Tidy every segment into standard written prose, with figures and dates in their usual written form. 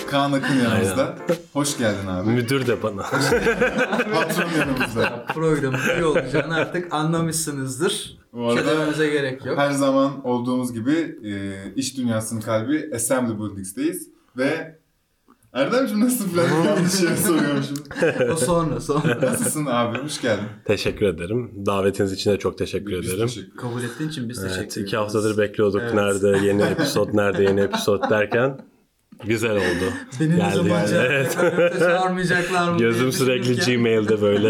Kaan Akın yanımızda. Hoş geldin abi. Müdür de bana. Patron yanımızda. Programın iyi olacağını artık anlamışsınızdır. Bir şey dememize gerek yok. Her zaman olduğumuz gibi iş dünyasının kalbi Assembly Buildings'teyiz. Ve Erdemciğim nasıl falan yanlış şey soruyormuşum. O sonra. Nasılsın abi? Hoş geldin. Teşekkür ederim. Davetiniz için de çok teşekkür ederim. Kabul ettiğin için biz teşekkür ederiz. 2 haftadır bekliyorduk. Evet. Nerede yeni episod derken güzel oldu. Beni ne zaman Evet. çağırmayacaklar mı? Gözüm diye sürekli düşünürken Gmail'de böyle.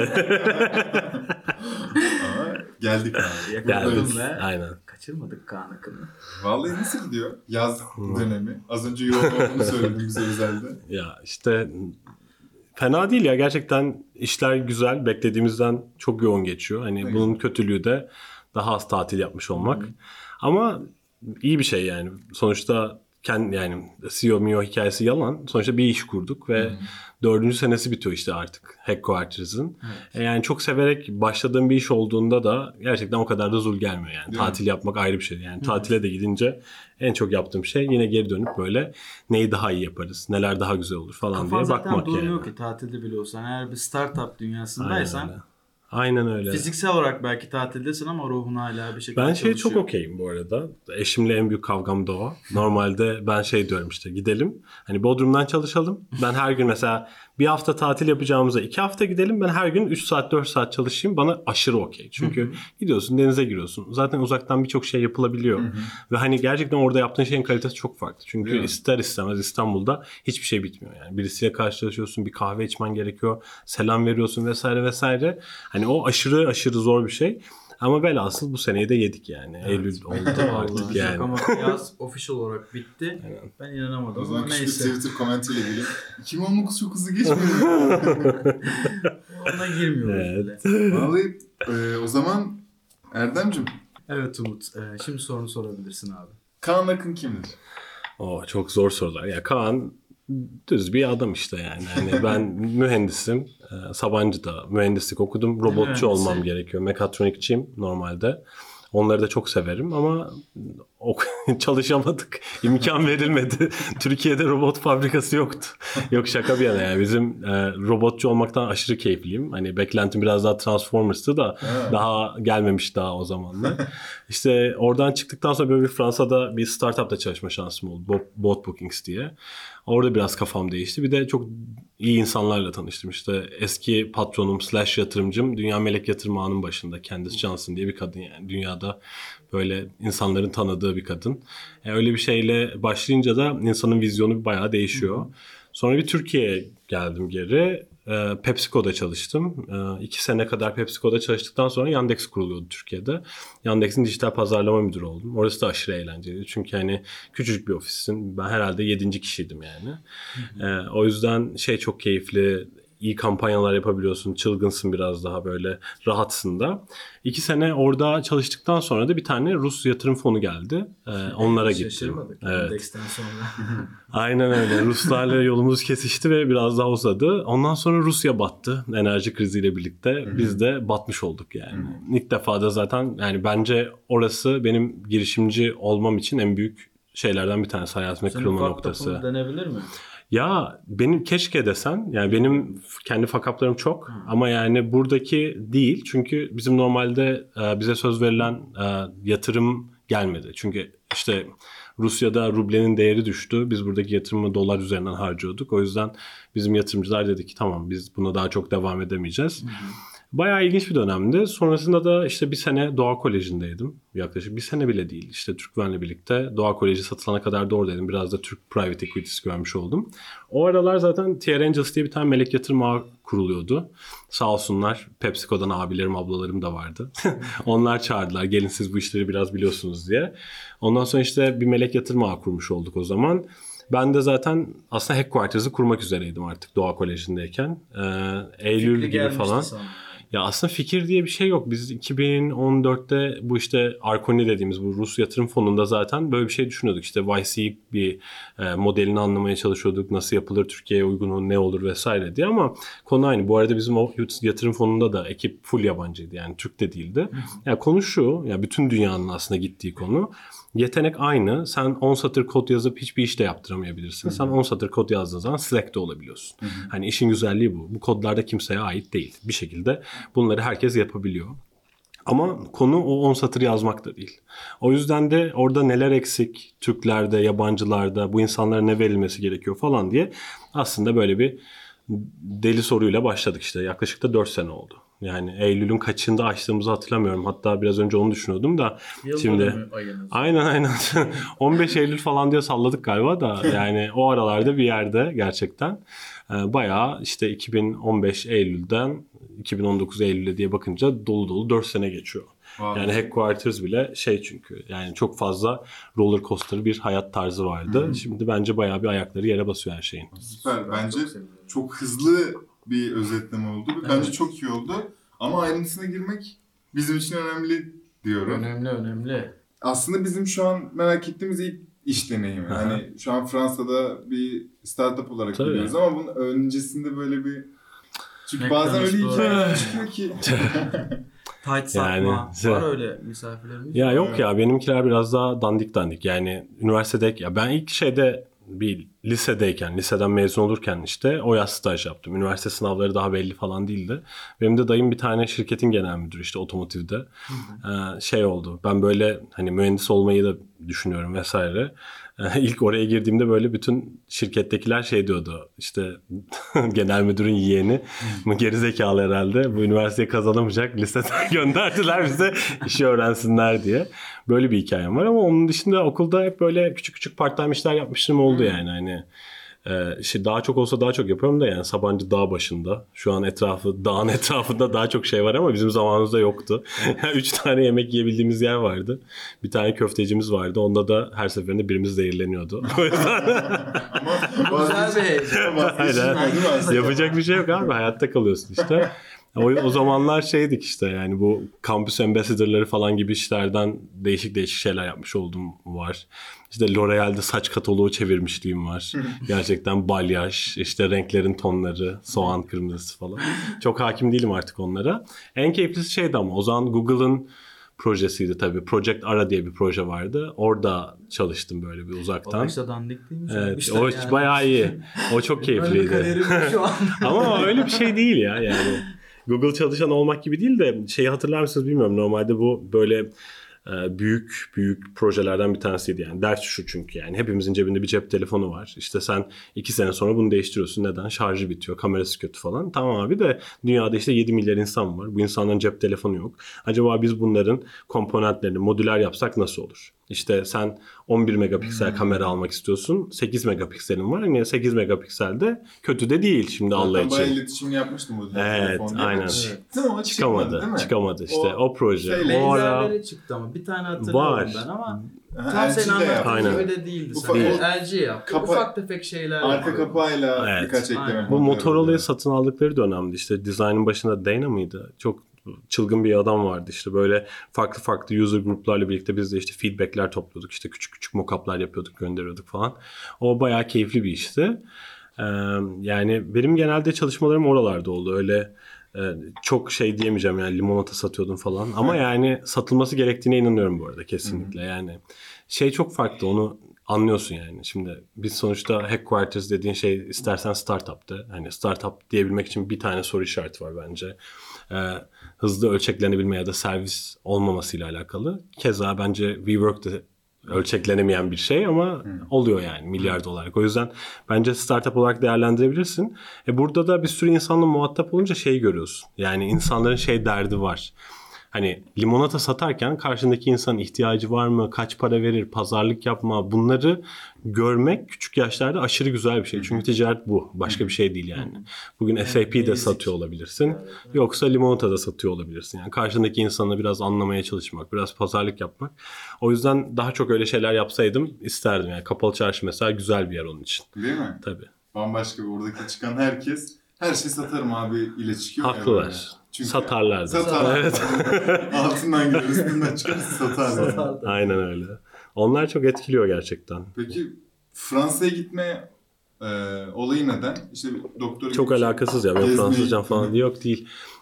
Ama geldik abi. yakaladım Geldik. ve Aynen. kaçırmadık Kaan Akın'ı. Vallahi nasıl gidiyor? Yaz dönemi. Az önce yoğun olduğunu söyledim bize özelde. Ya işte fena değil ya. Gerçekten işler güzel. Beklediğimizden çok yoğun geçiyor. Hani Evet. bunun kötülüğü de daha az tatil yapmış olmak. Ama iyi bir şey yani. Sonuçta yani CEO Mio hikayesi yalan. Sonuçta bir iş kurduk ve 4. senesi bitiyor işte artık Headquarters'ın. Yani çok severek başladığım bir iş olduğunda da gerçekten o kadar da zul gelmiyor yani. Değil Tatil mi? yapmak ayrı bir şey. Yani tatile de gidince en çok yaptığım şey yine geri dönüp böyle neyi daha iyi yaparız, neler daha güzel olur falan Kafan diye zaten bakmak durmuyor yani. ki tatilde bile olsan. Eğer bir startup dünyasındaysan Aynen öyle. Aynen öyle. fiziksel olarak belki tatildesin ama ruhun hala bir şekilde Ben çalışıyor. çok okeyim bu arada. Eşimle en büyük kavgam da o. Normalde ben diyorum işte gidelim. Hani Bodrum'dan çalışalım. Ben her gün mesela bir hafta tatil yapacağımıza 2 hafta gidelim. Ben her gün 3 saat 4 saat çalışayım. Bana aşırı okey. Çünkü gidiyorsun denize giriyorsun. Zaten uzaktan birçok şey yapılabiliyor. Ve hani gerçekten orada yaptığın şeyin kalitesi çok farklı. Çünkü Değil mi? ister istemez İstanbul'da hiçbir şey bitmiyor. Yani birisiyle karşılaşıyorsun, bir kahve içmen gerekiyor. Selam veriyorsun vesaire vesaire. Hani o aşırı zor bir şey. Ama velhasıl bu seneyi de yedik yani. Evet. Eylül oldu artık Vallahi yani. Ama yaz official olarak bitti. Ben inanamadım. O zaman Ama küçük bir neyse. Twitter komentiyle gelip 2019 çok hızlı geçmiyor. Ona girmiyoruz Evet. bile. Vallahi o zaman Erdemciğim, Evet Umut. Şimdi sorunu sorabilirsin abi. Kaan Akın kimdir? Çok zor sorular. Ya Kaan düz bir adam işte yani. Hani ben mühendisim. Sabancı'da mühendislik okudum. Robotçu Mühendisi. olmam gerekiyor. Mekatronikçiyim normalde. Onları da çok severim ama çalışamadık. İmkan verilmedi. Türkiye'de robot fabrikası yoktu. Yok şaka bir yana yani. Bizim robotçu olmaktan aşırı keyifliyim. Hani beklentim biraz daha Transformers'tı da daha gelmemiş daha o zamanlar. İşte oradan çıktıktan sonra böyle bir Fransa'da bir startupta çalışma şansım oldu. Bot Bookings diye. Orada biraz kafam değişti. Bir de çok iyi insanlarla tanıştım. İşte eski patronum / yatırımcım Dünya Melek Yatırım Ağı'nın başında. Candice Johnson diye bir kadın yani. Dünyada böyle insanların tanıdığı bir kadın. Öyle bir şeyle başlayınca da insanın vizyonu bayağı değişiyor. Sonra bir Türkiye'ye geldim geri. PepsiCo'da çalıştım. 2 sene kadar PepsiCo'da çalıştıktan sonra Yandex kuruluyordu Türkiye'de. Yandex'in dijital pazarlama müdürü oldum. Orası da aşırı eğlenceliydi. Çünkü hani küçücük bir ofisin. Ben herhalde 7. kişiydim yani. O yüzden çok keyifli. İyi kampanyalar yapabiliyorsun. Çılgınsın biraz daha böyle rahatsın da. 2 sene orada çalıştıktan sonra da bir tane Rus yatırım fonu geldi. Onlara gittim. Şaşırmadık. Evet. Index'ten sonra. Aynen öyle. Ruslarla yolumuz kesişti ve biraz daha uzadı. Ondan sonra Rusya battı enerji kriziyle birlikte. Biz de batmış olduk yani. İlk defa da zaten yani bence orası benim girişimci olmam için en büyük şeylerden bir tanesi. Hayatımda Senin kırılma ufak noktası. topun denebilir mi? Ya benim keşke desen yani benim kendi fuck-up'larım çok ama yani buradaki değil çünkü bizim normalde bize söz verilen yatırım gelmedi. Çünkü işte Rusya'da rublenin değeri düştü. Biz buradaki yatırımı dolar üzerinden harcıyorduk. O yüzden bizim yatırımcılar dedi ki tamam biz buna daha çok devam edemeyeceğiz. Bayağı ilginç bir dönemdi. Sonrasında da işte bir sene Doğa Koleji'ndeydim. Yaklaşık bir sene bile değil. İşte Türkven'le birlikte Doğa Koleji satılana kadar da oradaydım. Biraz da Türk Private Equities görmüş oldum. O aralar zaten TR Angels diye bir tane melek yatırım ağı kuruluyordu. Sağ olsunlar PepsiCo'dan abilerim ablalarım da vardı. Onlar çağırdılar. Gelin siz bu işleri biraz biliyorsunuz diye. Ondan sonra işte bir melek yatırım ağı kurmuş olduk o zaman. Ben de zaten aslında Headquarters'ı kurmak üzereydim artık Doğa Koleji'ndeyken. Eylül Fikri gibi gelmişti falan. sana. Ya aslında fikir diye bir şey yok. Biz 2014'te bu işte Arkoni dediğimiz bu Rus yatırım fonunda zaten böyle bir şey düşünüyorduk. İşte YC bir modelini anlamaya çalışıyorduk. Nasıl yapılır, Türkiye'ye uygun ne olur vesaire diye ama konu aynı. Bu arada bizim o yatırım fonunda da ekip full yabancıydı. Yani Türk de değildi. Yani konu şu, ya bütün dünyanın aslında gittiği konu. yetenek aynı. Sen 10 satır kod yazıp hiçbir iş de yaptıramayabilirsin. Sen 10 satır kod yazdığın zaman Slack'te olabiliyorsun. Hani işin güzelliği bu. Bu kodlar da kimseye ait değil. Bir şekilde bunları herkes yapabiliyor. Ama konu o 10 satır yazmak da değil. O yüzden de orada neler eksik, Türklerde, yabancılarda, bu insanlara ne verilmesi gerekiyor falan diye aslında böyle bir deli soruyla başladık işte. Yaklaşık da 4 sene oldu. Yani Eylül'ün kaçında açtığımızı hatırlamıyorum. Hatta biraz önce onu düşünüyordum da. Şimdi aynen 15 Eylül falan diye salladık galiba da yani o aralarda bir yerde gerçekten bayağı işte 2015 Eylül'den 2019 Eylül'e diye bakınca dolu dolu 4 sene geçiyor. Wow. Yani Headquarters bile çünkü yani çok fazla roller coaster bir hayat tarzı vardı. Şimdi bence bayağı bir ayakları yere basıyor her şeyin. Süper. Bence çok hızlı bir özetleme oldu. Bence çok iyi oldu. Ama ayrıntısına girmek bizim için önemli diyorum. Önemli. Aslında bizim şu an merak ettiğimiz ilk iş deneyimi. Hani şu an Fransa'da bir startup olarak biliyoruz ama bunun öncesinde böyle bir... Çünkü bazen öyle hikayeler çıkıyor ki... Tight satma. Var öyle misafirlerimiz. Ya yok ya benimkiler biraz daha dandik. Yani üniversitedeyken ya ben ilk bir liseden mezun olurken işte o yaz staj yaptım. Üniversite sınavları daha belli falan değildi. Benim de dayım bir tane şirketin genel müdürü işte otomotivde. Oldu. Ben böyle hani mühendis olmayı da düşünüyorum vesaire. İlk oraya girdiğimde böyle bütün şirkettekiler diyordu. İşte genel müdürün yeğeni gerizekalı herhalde. Bu üniversiteyi kazanamayacak. Liseden gönderdiler bize işi öğrensinler diye. Böyle bir hikayem var ama onun dışında okulda hep böyle küçük part-time işler yapmıştım oldu yani. Hani daha çok olsa daha çok yapıyorum da yani Sabancı Dağ başında. Şu an dağın etrafında daha çok şey var ama bizim zamanımızda yoktu. 3 tane yemek yiyebildiğimiz yer vardı. Bir tane köftecimiz vardı. Onda da her seferinde birimiz zehirleniyordu. Güzel bir heyecan. Yapacak bir şey yok abi. Hayatta kalıyorsun işte. O zamanlar işte yani bu kampüs ambassador'ları falan gibi işlerden değişik şeyler yapmış olduğum var. İşte L'Oreal'de saç kataloğu çevirmişliğim var. Gerçekten balyaj, işte renklerin tonları, soğan kırmızısı falan. Çok hakim değilim artık onlara. En keyiflisi ama o zaman Google'ın projesiydi tabii. Project Ara diye bir proje vardı. Orada çalıştım böyle bir uzaktan. O işte dandik değil mi? Evet, o yani. Bayağı iyi. O çok keyifliydi. Böyle şu an. Ama öyle bir şey değil ya yani. Google çalışan olmak gibi değil de hatırlar mısınız bilmiyorum. Normalde bu böyle büyük projelerden bir tanesiydi yani. Ders şu çünkü yani hepimizin cebinde bir cep telefonu var. İşte sen 2 sene sonra bunu değiştiriyorsun. Neden? Şarjı bitiyor, kamerası kötü falan. Tamam abi de dünyada işte 7 milyar insan var. Bu insanların cep telefonu yok. Acaba biz bunların komponentlerini modüler yapsak nasıl olur? İşte sen 11 megapiksel kamera almak istiyorsun. 8 megapikselin var. Yani 8 megapiksel de kötü de değil şimdi Allah için. Bayağı iletişim yapmıştım bu telefon. Evet, aynen. Çıkamadı işte o proje. Benzerleri çıktı ama bir tane hatırlıyorum ben ama tam senin anlattığın gibi de değildi. LG yaptı. Ufak tefek şeyler arka kapağıyla birkaç ekleme. Bu Motorola'yı satın aldıkları dönemde işte dizaynın başında Dana mıydı? Çok çılgın bir adam vardı işte böyle farklı user gruplarla birlikte biz de işte feedbackler topluyorduk işte küçük mock-up'lar yapıyorduk gönderiyorduk falan. O bayağı keyifli bir işti. Yani benim genelde çalışmalarım oralarda oldu öyle çok diyemeyeceğim yani limonata satıyordum falan ama yani satılması gerektiğine inanıyorum bu arada kesinlikle yani çok farklı onu anlıyorsun yani. Şimdi biz sonuçta Headquarters dediğin istersen startup'tı. Hani startup diyebilmek için bir tane soru işareti var bence. Hızlı ölçeklenebilme ya da servis olmamasıyla alakalı. Keza bence WeWork de ölçeklenemeyen bir şey ama oluyor yani milyar dolarlık. O yüzden bence startup olarak değerlendirebilirsin. Burada da bir sürü insanla muhatap olunca görüyorsun. Yani insanların derdi var. Hani limonata satarken karşındaki insanın ihtiyacı var mı? Kaç para verir? Pazarlık yapma. Bunları görmek küçük yaşlarda aşırı güzel bir şey. Çünkü ticaret bu. Başka bir şey değil yani. Bugün SAP'de satıyor olabilirsin. Yoksa limonata da satıyor olabilirsin. Yani karşındaki insanı biraz anlamaya çalışmak, biraz pazarlık yapmak. O yüzden daha çok öyle şeyler yapsaydım isterdim. Yani Kapalı Çarşı mesela güzel bir yer onun için. Değil mi? Tabii. Bambaşka oradaki çıkan herkes her şey satarım abi ile çıkıyor. Haklılar. Çünkü satarlar. Evet. Altından girer, üstünden çıkar satarlar. Aynen öyle. Onlar çok etkiliyor gerçekten. Peki Fransa'ya gitme olayı neden? İşte doktora çok alakasız ya. Ben Fransızcam falan yok değil.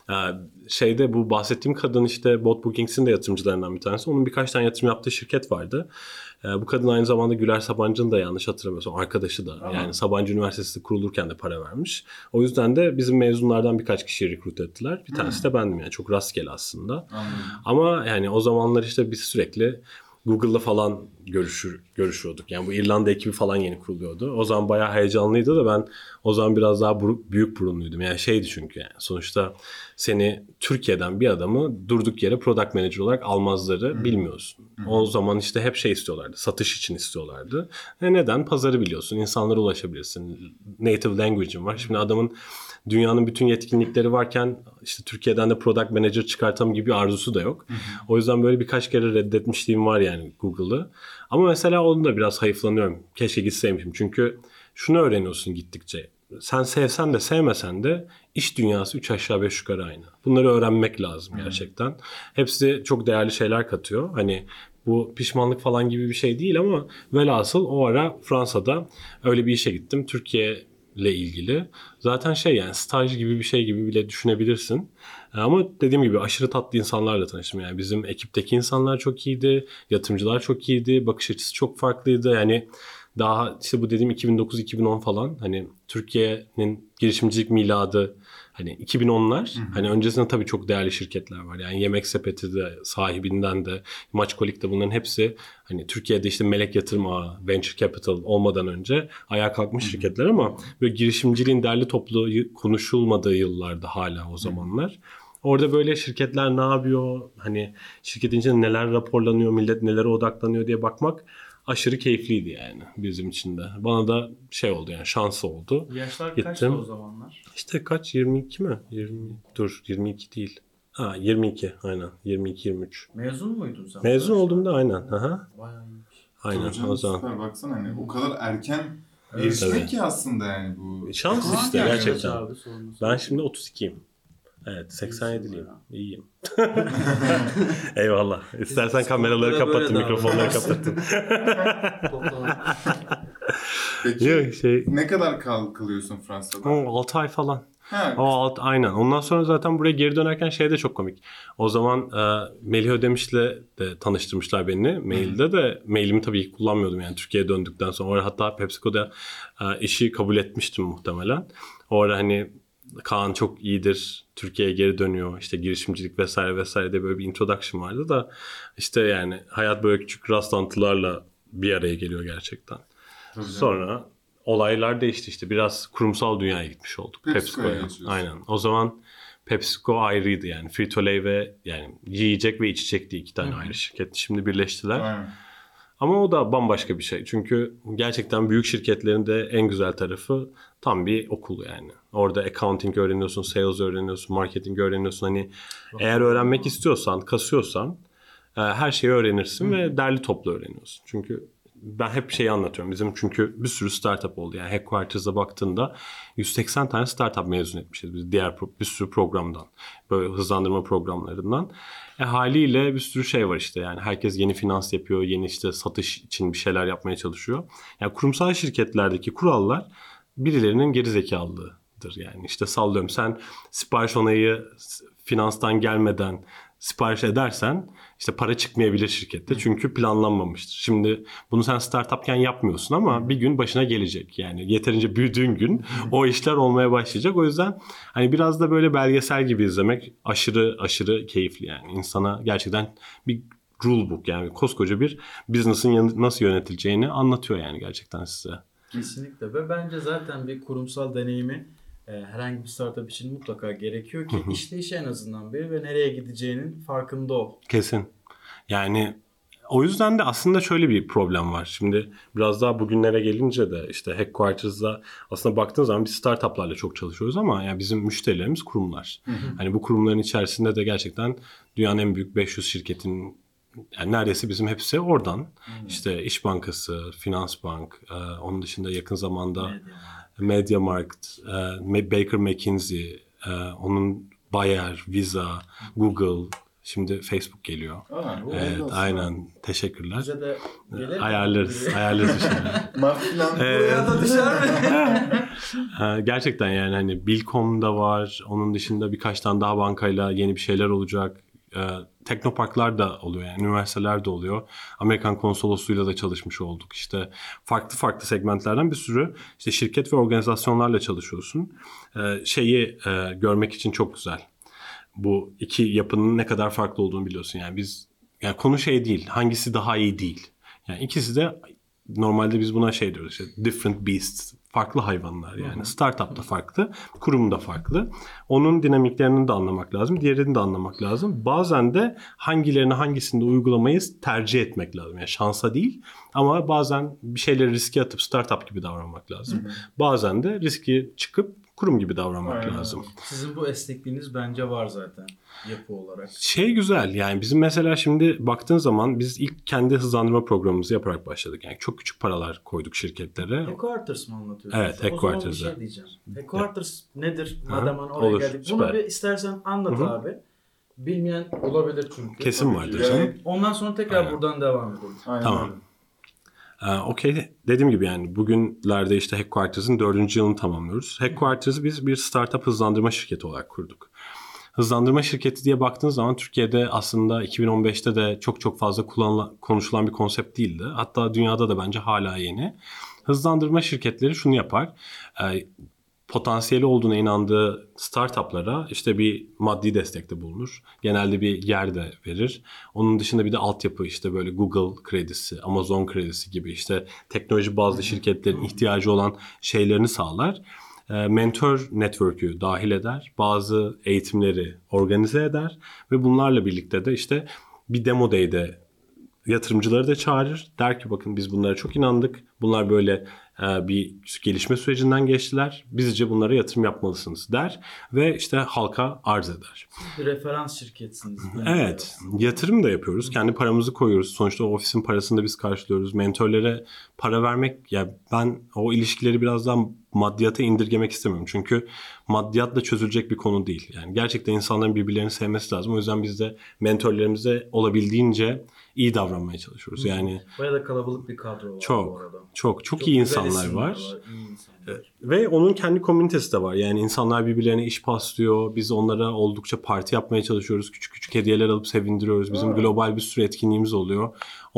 Şeyde bu bahsettiğim kadın işte Bot Bookings'in de yatırımcılarından bir tanesi. Onun birkaç tane yatırım yaptığı şirket vardı. Bu kadın aynı zamanda Güler Sabancı'nın da yanlış hatırlamıyorsam arkadaşı da. Ama. Yani Sabancı Üniversitesi kurulurken de para vermiş. O yüzden de bizim mezunlardan birkaç kişiyi rekrut ettiler. Bir tanesi de bendim yani. Çok rastgele aslında. Ama yani o zamanlar işte biz sürekli Google'la falan görüşüyorduk. Yani bu İrlanda ekibi falan yeni kuruluyordu. O zaman bayağı heyecanlıydı da ben o zaman biraz daha büyük burunluydum. Yani şeydi çünkü yani sonuçta seni Türkiye'den bir adamı durduk yere product manager olarak almazları bilmiyorsun. O zaman işte hep şey istiyorlardı. Satış için istiyorlardı. Neden? Pazarı biliyorsun. İnsanlara ulaşabilirsin. Native language'in var. Şimdi adamın dünyanın bütün yetkinlikleri varken işte Türkiye'den de product manager çıkartam gibi bir arzusu da yok. O yüzden böyle birkaç kere reddetmişliğim var yani Google'ı. Ama mesela onu da biraz hayıflanıyorum. Keşke gitseymişim. Çünkü şunu öğreniyorsun gittikçe. Sen sevsen de sevmesen de iş dünyası 3 aşağı 5 yukarı aynı. Bunları öğrenmek lazım gerçekten. Hepsi çok değerli şeyler katıyor. Hani bu pişmanlık falan gibi bir şey değil ama velhasıl o ara Fransa'da öyle bir işe gittim. Türkiye ile ilgili. Zaten şey yani staj gibi bir şey gibi bile düşünebilirsin. Ama dediğim gibi aşırı tatlı insanlarla tanıştım. Yani bizim ekipteki insanlar çok iyiydi. Yatırımcılar çok iyiydi. Bakış açısı çok farklıydı. Yani daha işte bu dediğim 2009-2010 falan hani Türkiye'nin girişimcilik miladı hani 2010'lar. Hani öncesinde tabii çok değerli şirketler var. Yani Yemek Sepeti de sahibinden de Maçkolik de bunların hepsi hani Türkiye'de işte melek yatırım ağı, venture capital olmadan önce ayağa kalkmış şirketler ama böyle girişimciliğin derli toplu konuşulmadığı yıllarda hala o zamanlar. Orada böyle şirketler ne yapıyor? Hani şirketin içinde neler raporlanıyor, millet nelere odaklanıyor diye bakmak aşırı keyifliydi yani bizim için de. Bana da şey oldu yani şans oldu. Yaşlar kaçtı o zamanlar? İşte kaç? 22 mi? 22 değil. 22 aynen. 22-23. Mezun muydun sen? Mezun oldum da aynen. Aha. Bayağı iyiymiş. Aynen hocam, o zaman. Süper baksana hani o kadar erken erişmek ki aslında yani bu. Şans işte gerçekten. Abi, ben şimdi 32'yim. Evet 87'liyim. İyiyim. Eyvallah. İstersen kameraları kapattım, mikrofonları kapattım. Peki ne kadar kalıyorsun Fransa'da? 6 ay falan. Aynen. Ondan sonra zaten buraya geri dönerken şey de çok komik. O zaman Melih Ödemiş'le de tanıştırmışlar beni. Mailde de mailimi tabii ki kullanmıyordum yani Türkiye'ye döndükten sonra. Hatta PepsiCo'da işi kabul etmiştim muhtemelen. O ara hani Kaan çok iyidir. Türkiye'ye geri dönüyor. İşte girişimcilik vesaire vesaire de böyle bir introduction vardı da işte yani hayat böyle küçük rastlantılarla bir araya geliyor gerçekten. Tabii sonra olaylar değişti işte. Biraz kurumsal dünyaya gitmiş olduk. PepsiCo'ya. Aynen. O zaman PepsiCo ayrıydı yani. Frito-Lay ve yani yiyecek ve içecek diye 2 tane ayrı şirket. Şimdi birleştiler. Aynen. Ama o da bambaşka bir şey. Çünkü gerçekten büyük şirketlerin de en güzel tarafı tam bir okul yani. Orada accounting öğreniyorsun, sales öğreniyorsun, marketing öğreniyorsun. Hani eğer öğrenmek istiyorsan, kasıyorsan her şeyi öğrenirsin ve derli toplu öğreniyorsun. Çünkü ben hep şeyi anlatıyorum. Bizim çünkü bir sürü startup oldu. Yani Headquarters'a baktığında 180 tane startup mezun etmişiz biz diğer bir sürü programdan. Böyle hızlandırma programlarından. Haliyle bir sürü şey var işte. Yani herkes yeni finans yapıyor. Yeni işte satış için bir şeyler yapmaya çalışıyor. Yani kurumsal şirketlerdeki kurallar birilerinin gerizekalılığıdır. Yani işte sallıyorum sen sipariş onayı finanstan gelmeden sipariş edersen işte para çıkmayabilir şirkette. Çünkü planlanmamıştır. Şimdi bunu sen startupken yapmıyorsun ama bir gün başına gelecek. Yani yeterince büyüdüğün gün o işler olmaya başlayacak. O yüzden hani biraz da böyle belgesel gibi izlemek aşırı keyifli yani. İnsana gerçekten bir rule book yani koskoca bir business'ın nasıl yönetileceğini anlatıyor yani gerçekten size. Kesinlikle ve bence zaten bir kurumsal deneyimi herhangi bir startup için mutlaka gerekiyor ki işleyişi en azından bir ve nereye gideceğinin farkında ol. Kesin. Yani o yüzden de aslında şöyle bir problem var. Şimdi biraz daha bugünlere gelince de işte Headquarters'da aslında baktığın zaman biz startuplarla çok çalışıyoruz ama yani bizim müşterilerimiz kurumlar. Hani bu kurumların içerisinde de gerçekten dünyanın en büyük 500 şirketin yani neredeyse bizim hepsi oradan. İşte İş Bankası, Finansbank, onun dışında yakın zamanda MediaMarkt, Baker McKinsey, onun Bayer, Visa, Google, Şimdi Facebook geliyor. Evet, aynen. Teşekkürler. Bize de gelir Ayarlarız bir şeyler. Mart falan. Buraya da düşer mi? Gerçekten yani hani Bilkom'da var. Onun dışında birkaç tane daha bankayla yeni bir şeyler olacak. Teknoparklar da oluyor yani üniversiteler de oluyor. Amerikan konsolosluğuyla da çalışmış olduk. İşte farklı segmentlerden bir sürü işte şirket ve organizasyonlarla çalışıyorsun. Görmek için çok güzel. Bu iki yapının ne kadar farklı olduğunu biliyorsun. Yani konu değil. Hangisi daha iyi değil. Yani ikisi de normalde biz buna diyoruz işte different beasts. Farklı hayvanlar yani. Startup da farklı, kurum da farklı. Onun dinamiklerini de anlamak lazım, diğerini de anlamak lazım. Bazen de hangisinde uygulamayı tercih etmek lazım. Yani şansa değil ama bazen bir şeyleri riske atıp startup gibi davranmak lazım. Bazen de riski çıkıp kurum gibi davranmak lazım. Sizin bu esnekliğiniz bence var zaten yapı olarak. Güzel yani bizim mesela şimdi baktığın zaman biz ilk kendi hızlandırma programımızı yaparak başladık. Yani çok küçük paralar koyduk şirketlere. Headquarters mı anlatıyorsunuz? Evet, Headquarters'ı. O zaman bir diyeceğim. Headquarters nedir? Madem oraya geldik. Bunu süper. bir istersen anlat abi. Bilmeyen olabilir çünkü. Kesin vardır canım. Ondan sonra tekrar buradan devam edelim. Tamam. Okey. Dediğim gibi yani bugünlerde işte Headquarters'ın 4. yılını tamamlıyoruz. Headquarters'ı biz bir startup hızlandırma şirketi olarak kurduk. Hızlandırma şirketi diye baktığınız zaman Türkiye'de aslında 2015'te de çok fazla konuşulan bir konsept değildi. Hatta dünyada da bence hala yeni. Hızlandırma şirketleri şunu yapar. Potansiyeli olduğuna inandığı startuplara işte bir maddi destekte bulunur. Genelde bir yer de verir. Onun dışında bir de altyapı işte böyle Google kredisi, Amazon kredisi gibi işte teknoloji bazlı şirketlerin ihtiyacı olan şeylerini sağlar. Mentor network'ü dahil eder. Bazı eğitimleri organize eder ve bunlarla birlikte de işte bir demo day'de yatırımcıları da çağırır. Der ki bakın biz bunlara çok inandık. Bunlar böyle bir gelişme sürecinden geçtiler. Bizce bunlara yatırım yapmalısınız der ve işte halka arz eder. Bir referans şirketsiniz. Evet. Yatırım da yapıyoruz. Kendi paramızı koyuyoruz. Sonuçta ofisin parasını da biz karşılıyoruz. Mentorlara para vermek ben o ilişkileri biraz daha maddiyata indirgemek istemiyorum. Çünkü maddiyatla çözülecek bir konu değil. Yani gerçekten insanların birbirlerini sevmesi lazım. O yüzden biz de mentorlarımıza olabildiğince iyi davranmaya çalışıyoruz. Yani bayağı da kalabalık bir kadro var bu arada. Çok iyi insanlar var. İyi insanlar. Ve onun kendi komünitesi de var. Yani insanlar birbirlerine iş paslıyor. Biz onlara oldukça parti yapmaya çalışıyoruz. Küçük hediyeler alıp sevindiriyoruz. Bizim global bir sürü etkinliğimiz oluyor.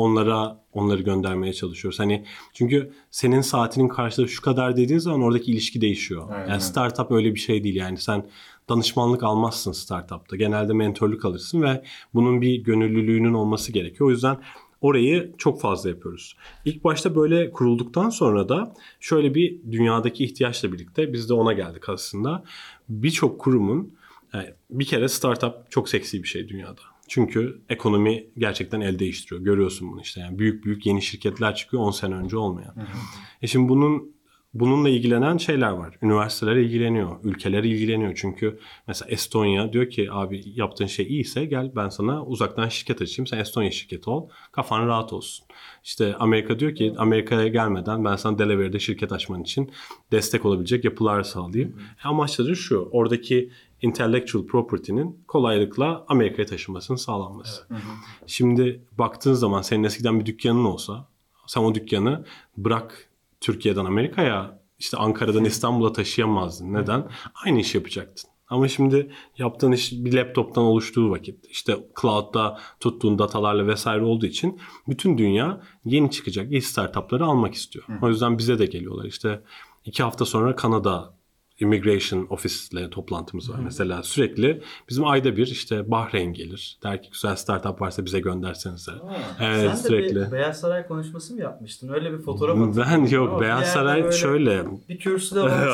Onları göndermeye çalışıyoruz. Çünkü senin saatinin karşılığı şu kadar dediğin zaman oradaki ilişki değişiyor. Aynen. Yani startup öyle bir şey değil. Yani sen danışmanlık almazsın startupta. Genelde mentorluk alırsın ve bunun bir gönüllülüğünün olması gerekiyor. O yüzden orayı çok fazla yapıyoruz. İlk başta böyle kurulduktan sonra da şöyle bir dünyadaki ihtiyaçla birlikte biz de ona geldik aslında. Birçok kurumun bir kere startup çok seksi bir şey dünyada. Çünkü ekonomi gerçekten el değiştiriyor. Görüyorsun bunu işte. Yani büyük yeni şirketler çıkıyor 10 sene önce olmayan. Şimdi bununla ilgilenen şeyler var. Üniversiteler ilgileniyor, ülkeler ilgileniyor. Çünkü mesela Estonya diyor ki abi yaptığın şey iyiyse gel ben sana uzaktan şirket açayım. Sen Estonya şirketi ol. Kafan rahat olsun. İşte Amerika diyor ki Amerika'ya gelmeden ben sana Delaware'de şirket açman için destek olabilecek yapılar sağlayayım. Amaçları şu. Oradaki intellectual property'nin kolaylıkla Amerika'ya taşınmasının sağlanması. Şimdi baktığın zaman senin eskiden bir dükkanın olsa sen o dükkanı bırak Türkiye'den Amerika'ya işte Ankara'dan İstanbul'a taşıyamazdın. Neden? Aynı iş yapacaktın. Ama şimdi yaptığın iş bir laptoptan oluştuğu vakit işte cloud'da tuttuğun datalarla vesaire olduğu için bütün dünya yeni çıkacak iyi startupları almak istiyor. O yüzden bize de geliyorlar. İşte 2 hafta sonra Kanada Immigration Office'le toplantımız var. Mesela sürekli bizim ayda bir işte Bahreyn gelir. Der ki güzel startup varsa bize göndersenize. Evet, sen sürekli. De bir Beyaz Saray konuşması mı yapmıştın? Öyle bir fotoğraf atmıştın. Ben yok. Beyaz Saray şöyle. Bir kürsüde var.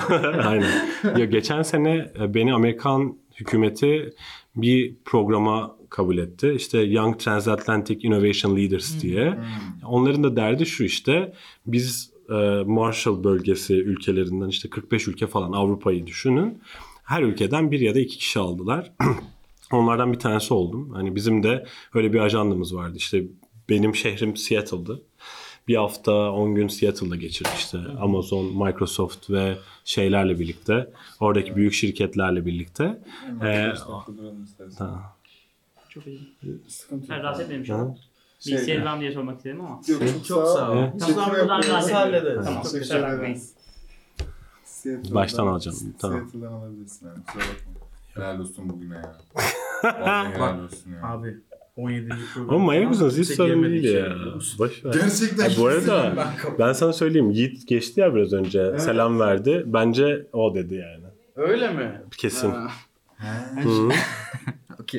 Aynen. Ya, geçen sene beni Amerikan hükümeti bir programa kabul etti. İşte Young Transatlantic Innovation Leaders diye. Onların da derdi şu işte. Biz Marshall bölgesi ülkelerinden işte 45 ülke falan Avrupa'yı düşünün. Her ülkeden 1 ya da 2 kişi aldılar. Onlardan bir tanesi oldum. Hani bizim de öyle bir ajandamız vardı. İşte benim şehrim Seattle'dı. Bir hafta 10 gün Seattle'da geçirdik işte. Amazon, Microsoft ve şeylerle birlikte. Oradaki büyük şirketlerle birlikte. Çok iyi. Sıkıntı Ben yok. rahatsız etmemiş oldum. Şey- Bilgisayarı var mı diye sormak istedim ama. Yok, Çok sağ ol. Evet. Çekim Tamam, buradan yapıyoruz. rahatsız hallederiz. Tamam, Teşekkür kusura ederim. bakmayın. Seattle'dan- Baştan alacağım, tamam. Seattle'dan alabilirsin yani. Kusura bakma. Helal olsun bugüne ya. Vallahi helal olsun ya. Abi 17. program. Ama manyak mısınız? Hiç Kimse sorun girmedi değil içeri, ya. biliyor musun? Boş ver. Gerçekten. Bu arada ben kapattım. ben sana söyleyeyim. Yiğit geçti ya biraz önce. Selam verdi. Bence o dedi yani. Öyle mi? Kesin. Ha. Hı. Okey.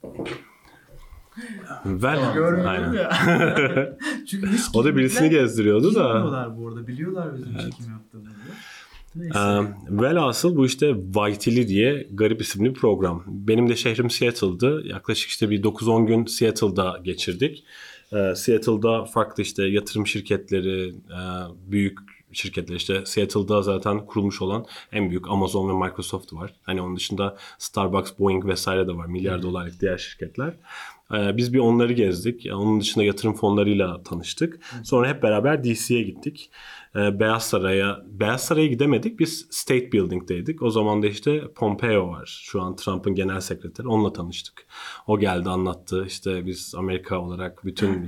Ver. Görmedim Aynen. ya. Çünkü hiç O da birisini gezdiriyordu da. Bilmiyorlar bu arada. Biliyorlar bizim çekim yaptığımızı. Neyse. Velhasıl bu işte YTL diye garip isimli bir program. Benim de şehrim Seattle'dı. Yaklaşık işte bir 9-10 gün Seattle'da geçirdik. Seattle'da farklı işte yatırım şirketleri, büyük şirketler, işte Seattle'da zaten kurulmuş olan en büyük Amazon ve Microsoft var. Hani onun dışında Starbucks, Boeing vesaire de var. Milyar dolarlık diğer şirketler. Biz bir onları gezdik. Onun dışında yatırım fonlarıyla tanıştık. Sonra hep beraber DC'ye gittik. Beyaz Saray'a gidemedik. Biz State Building'deydik. O zaman da işte Pompeo var. Şu an Trump'ın genel sekreteri. Onunla tanıştık. O geldi, anlattı. İşte biz Amerika olarak bütün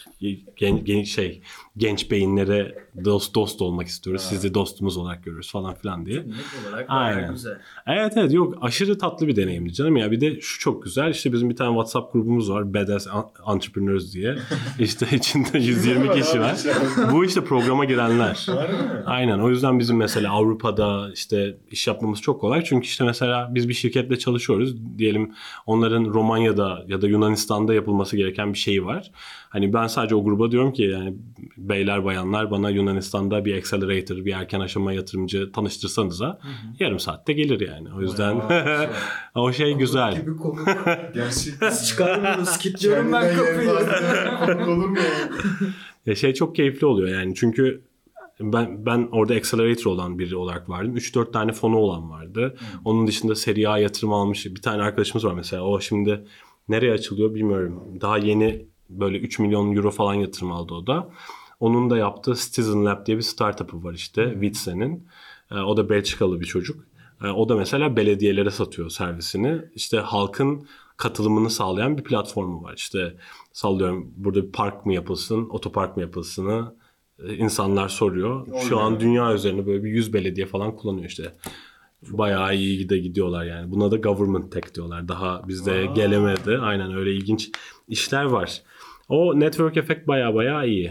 genç beyinlere dost olmak istiyoruz. Sizi dostumuz olarak görüyoruz falan filan diye. Net olarak Aynen. bayağı güzel. Evet yok, aşırı tatlı bir deneyimdi canım ya. Bir de şu çok güzel, işte bizim bir tane WhatsApp grubumuz var, Badass Entrepreneurs diye. İşte içinde 120 kişi var. Bu işte programa girenler. Aynen, o yüzden bizim mesela Avrupa'da işte iş yapmamız çok kolay. Çünkü işte mesela biz bir şirketle çalışıyoruz. Diyelim onların Romanya'da ya da Yunanistan'da yapılması gereken bir şeyi var. Hani ben sadece o gruba diyorum ki yani beyler bayanlar bana Yunanistan'da bir accelerator, bir erken aşama yatırımcı tanıştırsanıza yarım saatte gelir yani. O yüzden o şey güzel. Gibi konu. Gerçekten. Çıkarmıyoruz. Kilitliyorum ben kapıyı. Olur mu ya? Ya şey çok keyifli oluyor yani, çünkü ben orada accelerator olan biri olarak vardım. 3-4 tane fonu olan vardı. Onun dışında seri A yatırım almış bir tane arkadaşımız var mesela. O şimdi nereye açılıyor bilmiyorum. Daha yeni böyle 3 milyon euro falan yatırım aldı o da. Onun da yaptığı Citizen Lab diye bir startup'ı var işte. Witsen'in. O da Belçikalı bir çocuk. O da mesela belediyelere satıyor servisini. İşte halkın katılımını sağlayan bir platformu var. İşte sallıyorum, burada bir park mı yapılsın, otopark mı yapılsını insanlar soruyor. Şu an dünya üzerinde böyle bir 100 belediye falan kullanıyor işte. Bayağı iyi de gidiyorlar yani. Buna da government tech diyorlar. Daha bizde gelemedi. Aynen, öyle ilginç işler var. O network effect bayağı iyi.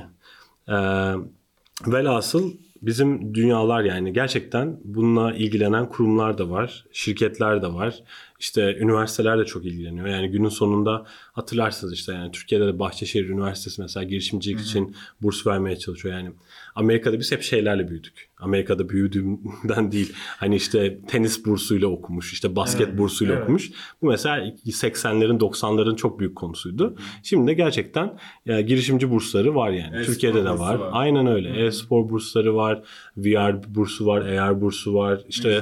Velhasıl bizim dünyalar yani gerçekten bununla ilgilenen kurumlar da var, şirketler de var. İşte üniversiteler de çok ilgileniyor. Yani günün sonunda hatırlarsınız işte yani Türkiye'de de Bahçeşehir Üniversitesi mesela girişimcilik için burs vermeye çalışıyor. Yani Amerika'da biz hep şeylerle büyüdük. Amerika'da büyüdüğümden değil. Hani işte tenis bursuyla okumuş, işte basket bursuyla okumuş. Bu mesela 80'lerin 90'ların çok büyük konusuydu. Şimdi de gerçekten girişimci bursları var yani. E-spor Türkiye'de de var. Aynen öyle. E-spor bursları var, VR bursu var, AR bursu var. İşte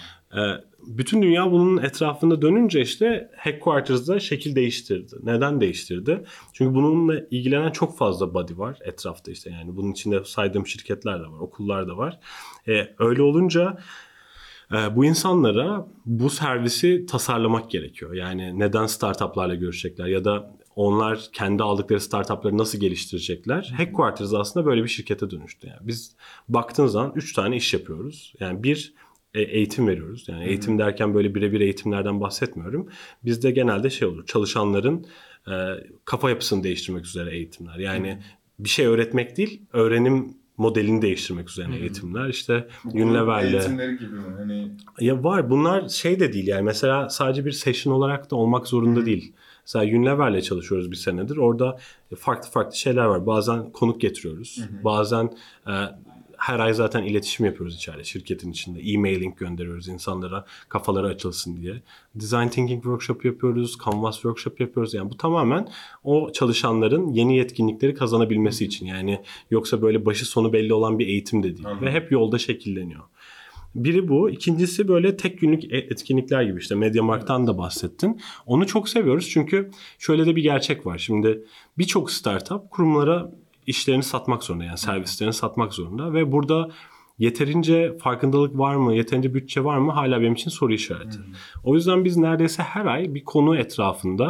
bütün dünya bunun etrafında dönünce işte Headquarters'da şekil değiştirdi. Neden değiştirdi? Çünkü bununla ilgilenen çok fazla body var etrafta işte yani. Bunun içinde saydığım şirketler de var, okullar da var. Öyle olunca bu insanlara bu servisi tasarlamak gerekiyor. Yani neden startuplarla görüşecekler ya da onlar kendi aldıkları startupları nasıl geliştirecekler? Headquarters aslında böyle bir şirkete dönüştü. Yani biz baktığın zaman 3 tane iş yapıyoruz. Yani bir, eğitim veriyoruz. Yani eğitim derken böyle birebir eğitimlerden bahsetmiyorum. Bizde genelde şey olur. Çalışanların kafa yapısını değiştirmek üzere eğitimler. Yani bir şey öğretmek değil, öğrenim modelini değiştirmek üzerine eğitimler. İşte Unilever'le. Eğitimleri gibi mi? Hani... Ya var. Bunlar şey de değil yani. Mesela sadece bir session olarak da olmak zorunda değil. Mesela Unilever'le çalışıyoruz bir senedir. Orada farklı şeyler var. Bazen konuk getiriyoruz. Bazen her ay zaten iletişim yapıyoruz içeride şirketin içinde. E-mailing gönderiyoruz insanlara, kafaları açılsın diye. Design Thinking Workshop yapıyoruz, Canvas Workshop yapıyoruz. Yani bu tamamen o çalışanların yeni yetkinlikleri kazanabilmesi için. Yani yoksa böyle başı sonu belli olan bir eğitim de değil. Ve hep yolda şekilleniyor. Biri bu. İkincisi böyle tek günlük etkinlikler gibi, işte MediaMarkt'tan da bahsettin. Onu çok seviyoruz çünkü şöyle de bir gerçek var. Şimdi birçok startup kurumlara işlerini satmak zorunda, yani servislerini satmak zorunda ve burada yeterince farkındalık var mı, yeterince bütçe var mı hala benim için soru işareti. O yüzden biz neredeyse her ay bir konu etrafında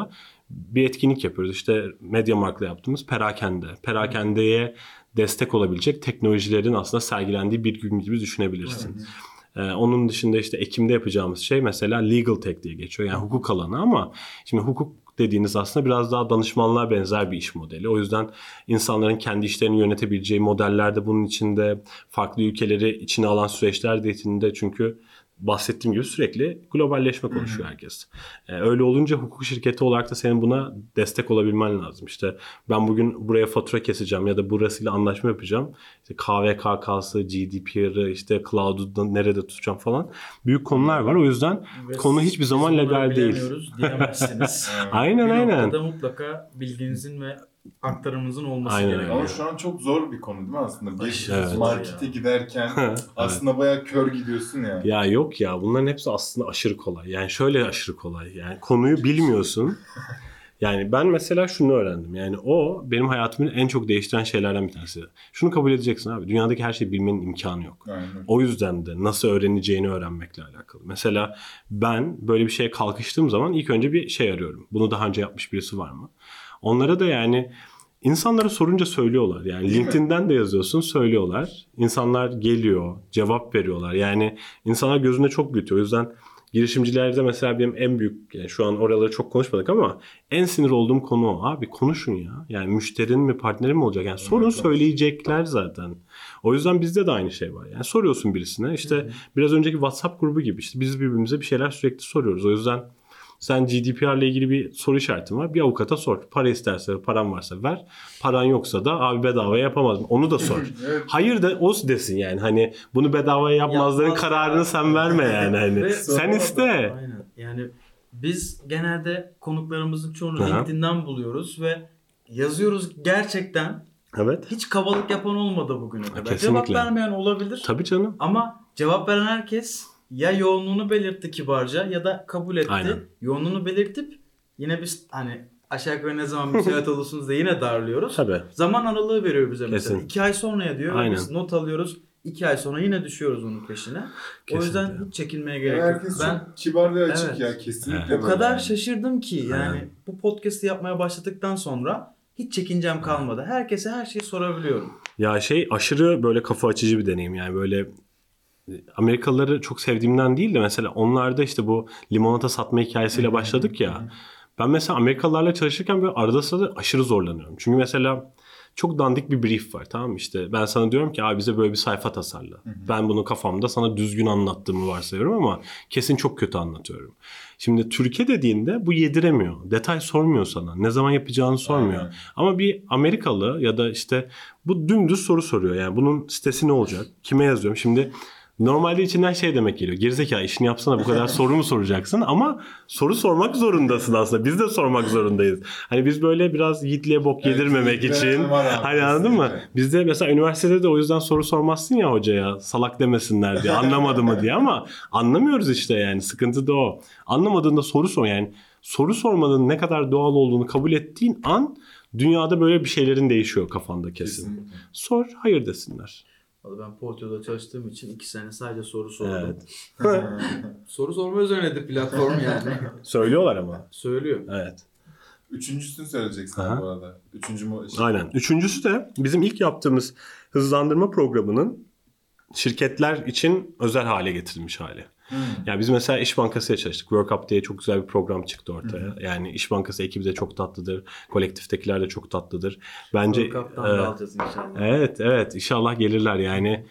bir etkinlik yapıyoruz. İşte MediaMarkt'la yaptığımız perakende. Perakendeye destek olabilecek teknolojilerin aslında sergilendiği bir gün gibi düşünebilirsin. Onun dışında işte Ekim'de yapacağımız şey mesela Legal Tech diye geçiyor. Yani hukuk alanı ama şimdi hukuk dediğiniz aslında biraz daha danışmanlığa benzer bir iş modeli. O yüzden insanların kendi işlerini yönetebileceği modeller de bunun içinde, farklı ülkeleri içine alan süreçler de içinde, çünkü bahsettiğim gibi sürekli globalleşme konuşuyor herkes. Öyle olunca hukuk şirketi olarak da senin buna destek olabilmen lazım. İşte ben bugün buraya fatura keseceğim ya da burasıyla anlaşma yapacağım. İşte KVKK'sı, GDPR'ı, işte cloud'u nerede tutacağım falan. Büyük konular var. O yüzden konu hiçbir zaman legal değil. Diyemezsiniz. Aynen. Bir noktada mutlaka bilginizin ve aktarımınızın olması gerekiyor. Ama şu an çok zor bir konu değil mi aslında? Bir evet. markete giderken aslında bayağı kör gidiyorsun ya. Ya yok ya, bunların hepsi aslında aşırı kolay. Yani şöyle aşırı kolay. Yani konuyu bilmiyorsun. Yani ben mesela şunu öğrendim. Yani o benim hayatımı en çok değiştiren şeylerden bir tanesi. Şunu kabul edeceksin abi. Dünyadaki her şeyi bilmenin imkanı yok. Aynen. O yüzden de nasıl öğreneceğini öğrenmekle alakalı. Mesela ben böyle bir şeye kalkıştığım zaman ilk önce bir şey arıyorum. Bunu daha önce yapmış birisi var mı? Onlara da yani insanlara sorunca söylüyorlar. Yani değil LinkedIn'den mi? de yazıyorsun, söylüyorlar. İnsanlar geliyor, cevap veriyorlar. Yani insanlar gözünde çok büyütüyor. O yüzden girişimcilerde mesela benim en büyük, yani şu an oraları çok konuşmadık ama en sinir olduğum konu o. Abi konuşun ya. Yani müşterin mi, partnerin mi olacak? Yani sorun, söyleyecekler zaten. O yüzden bizde de aynı şey var. Yani soruyorsun birisine. İşte biraz önceki WhatsApp grubu gibi, işte biz birbirimize bir şeyler sürekli soruyoruz. O yüzden sen GDPR ile ilgili bir soru işaretin var. Bir avukata sor. Para isterse, paran varsa ver. Paran yoksa da abi bedavaya yapamaz mı? Onu da sor. Evet. Hayır da o desin yani. Hani bunu bedavaya yapmazların kararını sen verme yani. Hani sen iste. Aynen. Yani biz genelde konuklarımızın çoğunu LinkedIn'den buluyoruz ve yazıyoruz gerçekten. Evet. Hiç kabalık yapan olmadı bugüne kadar. Kesinlikle. Cevap vermeyen olabilir. Tabii canım. Ama cevap veren herkes ya yoğunluğunu belirtti kibarca ya da kabul etti. Aynen. Yoğunluğunu belirtip yine biz hani aşağı yukarı ne zaman müsait olursunuz da yine darlıyoruz. Tabii. Zaman aralığı veriyor bize mesela. Kesin. 2 ay sonraya diyor. Aynen. Biz not alıyoruz. 2 ay sonra yine düşüyoruz onun peşine. Kesinlikle. O yüzden hiç çekinmeye gerek Yani yok. herkes Ben çok kibar ve açık Evet. ya kesinlikle. Evet. o böyle kadar yani. şaşırdım ki yani Aynen. bu podcast'i yapmaya başladıktan sonra hiç çekincem kalmadı. Herkese her şeyi sorabiliyorum. Ya şey, aşırı böyle kafa açıcı bir deneyim. Yani böyle Amerikalıları çok sevdiğimden değil de mesela onlarda işte bu limonata satma hikayesiyle başladık ya. Ben mesela Amerikalılarla çalışırken böyle arada sırada aşırı zorlanıyorum. Çünkü mesela çok dandik bir brief var, tamam mı? İşte ben sana diyorum ki abi bize böyle bir sayfa tasarla. Ben bunu kafamda sana düzgün anlattığımı varsayıyorum ama kesin çok kötü anlatıyorum. Şimdi Türkiye dediğinde bu yediremiyor. Detay sormuyor sana. Ne zaman yapacağını sormuyor. Aynen. Ama bir Amerikalı ya da işte bu dümdüz soru soruyor. Yani bunun sitesi ne olacak? Kime yazıyorum? Şimdi normalde içinden şey demek geliyor. Gerizekalı, işini yapsana, bu kadar soru mu soracaksın? Ama soru sormak zorundasın aslında. Biz de sormak zorundayız. Hani biz böyle biraz yiğitliğe bok yedirmemek için. Hani anladın mı? Bizde mesela üniversitede de o yüzden soru sormazsın ya hocaya. Salak demesinler diye. Anlamadı mı diye, ama anlamıyoruz işte yani. Sıkıntı da o. Anlamadığında soru sor. Yani soru sormanın ne kadar doğal olduğunu kabul ettiğin an dünyada böyle bir şeylerin değişiyor kafanda kesin. Kesinlikle. Sor, hayır desinler. Ben Porto'da çalıştığım için 2 sene sadece soru sordum. Evet. Soru sorma üzerinedir platform yani. Söylüyorlar ama. Söylüyor. Evet. Üçüncüsünü söyleyeceksin Aha. bu arada. Aynen. Üçüncüsü de bizim ilk yaptığımız hızlandırma programının şirketler için özel hale getirilmiş hali. Yani biz mesela İş Bankası'ya çalıştık. Workup diye çok güzel bir program çıktı ortaya. Yani İş Bankası ekibi de çok tatlıdır. Kolektiftekiler de çok tatlıdır. Bence Workup'tan da alacağız inşallah. Evet inşallah gelirler yani.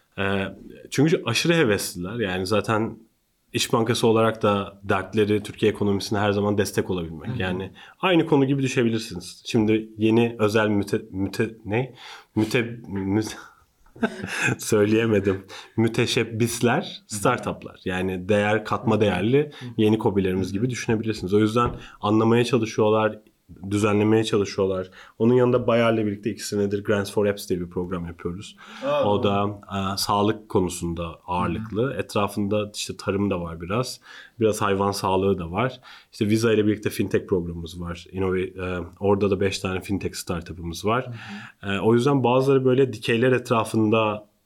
Çünkü aşırı hevesliler. Yani zaten İş Bankası olarak da dertleri Türkiye ekonomisine her zaman destek olabilmek. Yani aynı konu gibi düşebilirsiniz. Şimdi yeni özel söyleyemedim. Müteşebbisler, startuplar. Yani değer katma değerli yeni KOBİ'lerimiz gibi düşünebilirsiniz. O yüzden anlamaya çalışıyorlar, düzenlemeye çalışıyorlar. Onun yanında Bayar'la birlikte 2 senedir Grants for Apps diye bir program yapıyoruz. O da sağlık konusunda ağırlıklı. Etrafında işte tarım da var biraz. Biraz hayvan sağlığı da var. İşte Visa ile birlikte fintech programımız var. Orada da 5 tane fintech startup'ımız var. O yüzden bazıları böyle dikeyler etrafında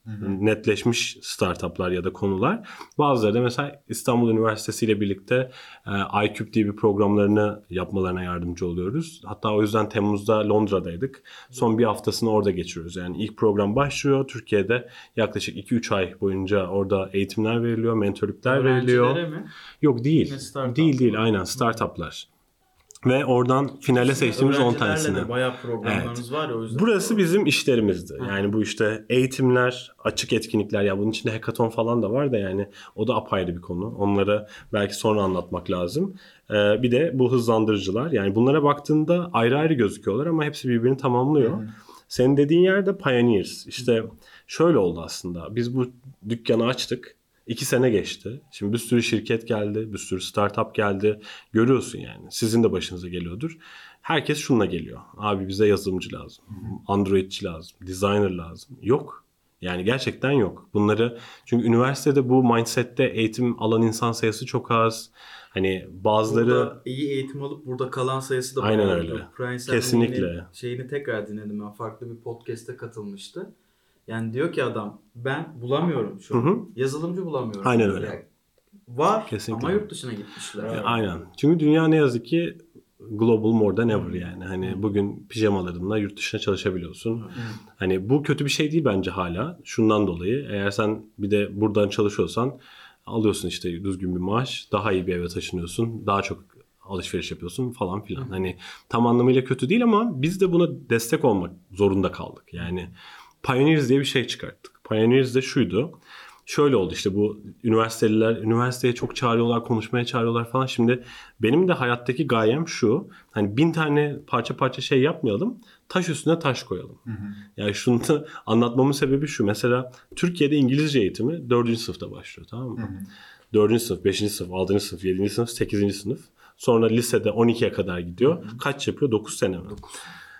netleşmiş startuplar ya da konular. Bazıları da mesela İstanbul Üniversitesi ile birlikte iCube diye bir programlarını yapmalarına yardımcı oluyoruz. Hatta o yüzden Temmuz'da Londra'daydık. Son bir haftasını orada geçiriyoruz. Yani ilk program başlıyor. Türkiye'de yaklaşık 2-3 ay boyunca orada eğitimler veriliyor, mentörlükler veriliyor. Mi? Yok değil. Değil. Aynen startuplar. Ve oradan finale seçtiğimiz 10 tanesini. Bayağı programlarınız var ya o yüzden. Burası bizim işlerimizdi. Yani bu işte eğitimler, açık etkinlikler ya bunun içinde hackathon falan da var da yani o da apayrı bir konu. Onları belki sonra anlatmak lazım. Bir de bu hızlandırıcılar. Yani bunlara baktığında ayrı ayrı gözüküyorlar ama hepsi birbirini tamamlıyor. Senin dediğin yerde Pioneers. İşte şöyle oldu aslında. Biz bu dükkanı açtık. 2 sene geçti. Şimdi bir sürü şirket geldi, bir sürü startup geldi. Görüyorsun yani. Sizin de başınıza geliyordur. Herkes şununla geliyor. Abi bize yazılımcı lazım. Androidçi lazım. Designer lazım. Yok. Yani gerçekten yok. Bunları çünkü üniversitede bu mindsette eğitim alan insan sayısı çok az. Hani bazıları... Burada iyi eğitim alıp burada kalan sayısı da aynen öyle. Kesinlikle. Şeyini tekrar dinledim ben. Farklı bir podcast'e katılmıştı. Yani diyor ki adam ben bulamıyorum şu an. Yazılımcı bulamıyorum. Aynen öyle. Yani var kesinlikle. ama yurt dışına gitmişler. Aynen. Çünkü dünya ne yazık ki global more than ever yani. Hani bugün pijamalarınla yurt dışına çalışabiliyorsun. Hani bu kötü bir şey değil bence hala. Şundan dolayı eğer sen bir de buradan çalışıyorsan alıyorsun işte düzgün bir maaş, daha iyi bir eve taşınıyorsun, daha çok alışveriş yapıyorsun falan filan. Hani tam anlamıyla kötü değil ama biz de buna destek olmak zorunda kaldık. Yani Pioneers diye bir şey çıkarttık. Pioneers de şuydu. Şöyle oldu işte bu üniversiteliler üniversiteye çok çağırıyorlar, konuşmaya çağırıyorlar falan. Şimdi benim de hayattaki gayem şu. Hani 1000 tane parça parça şey yapmayalım. Taş üstüne taş koyalım. Yani şunu da anlatmamın sebebi şu. Mesela Türkiye'de İngilizce eğitimi 4. sınıfta başlıyor, tamam mı? 4. sınıf, 5. sınıf, 6. sınıf, 7. sınıf, 8. sınıf. Sonra lisede 12'ye kadar gidiyor. Kaç yapıyor? 9 sene mi? 9.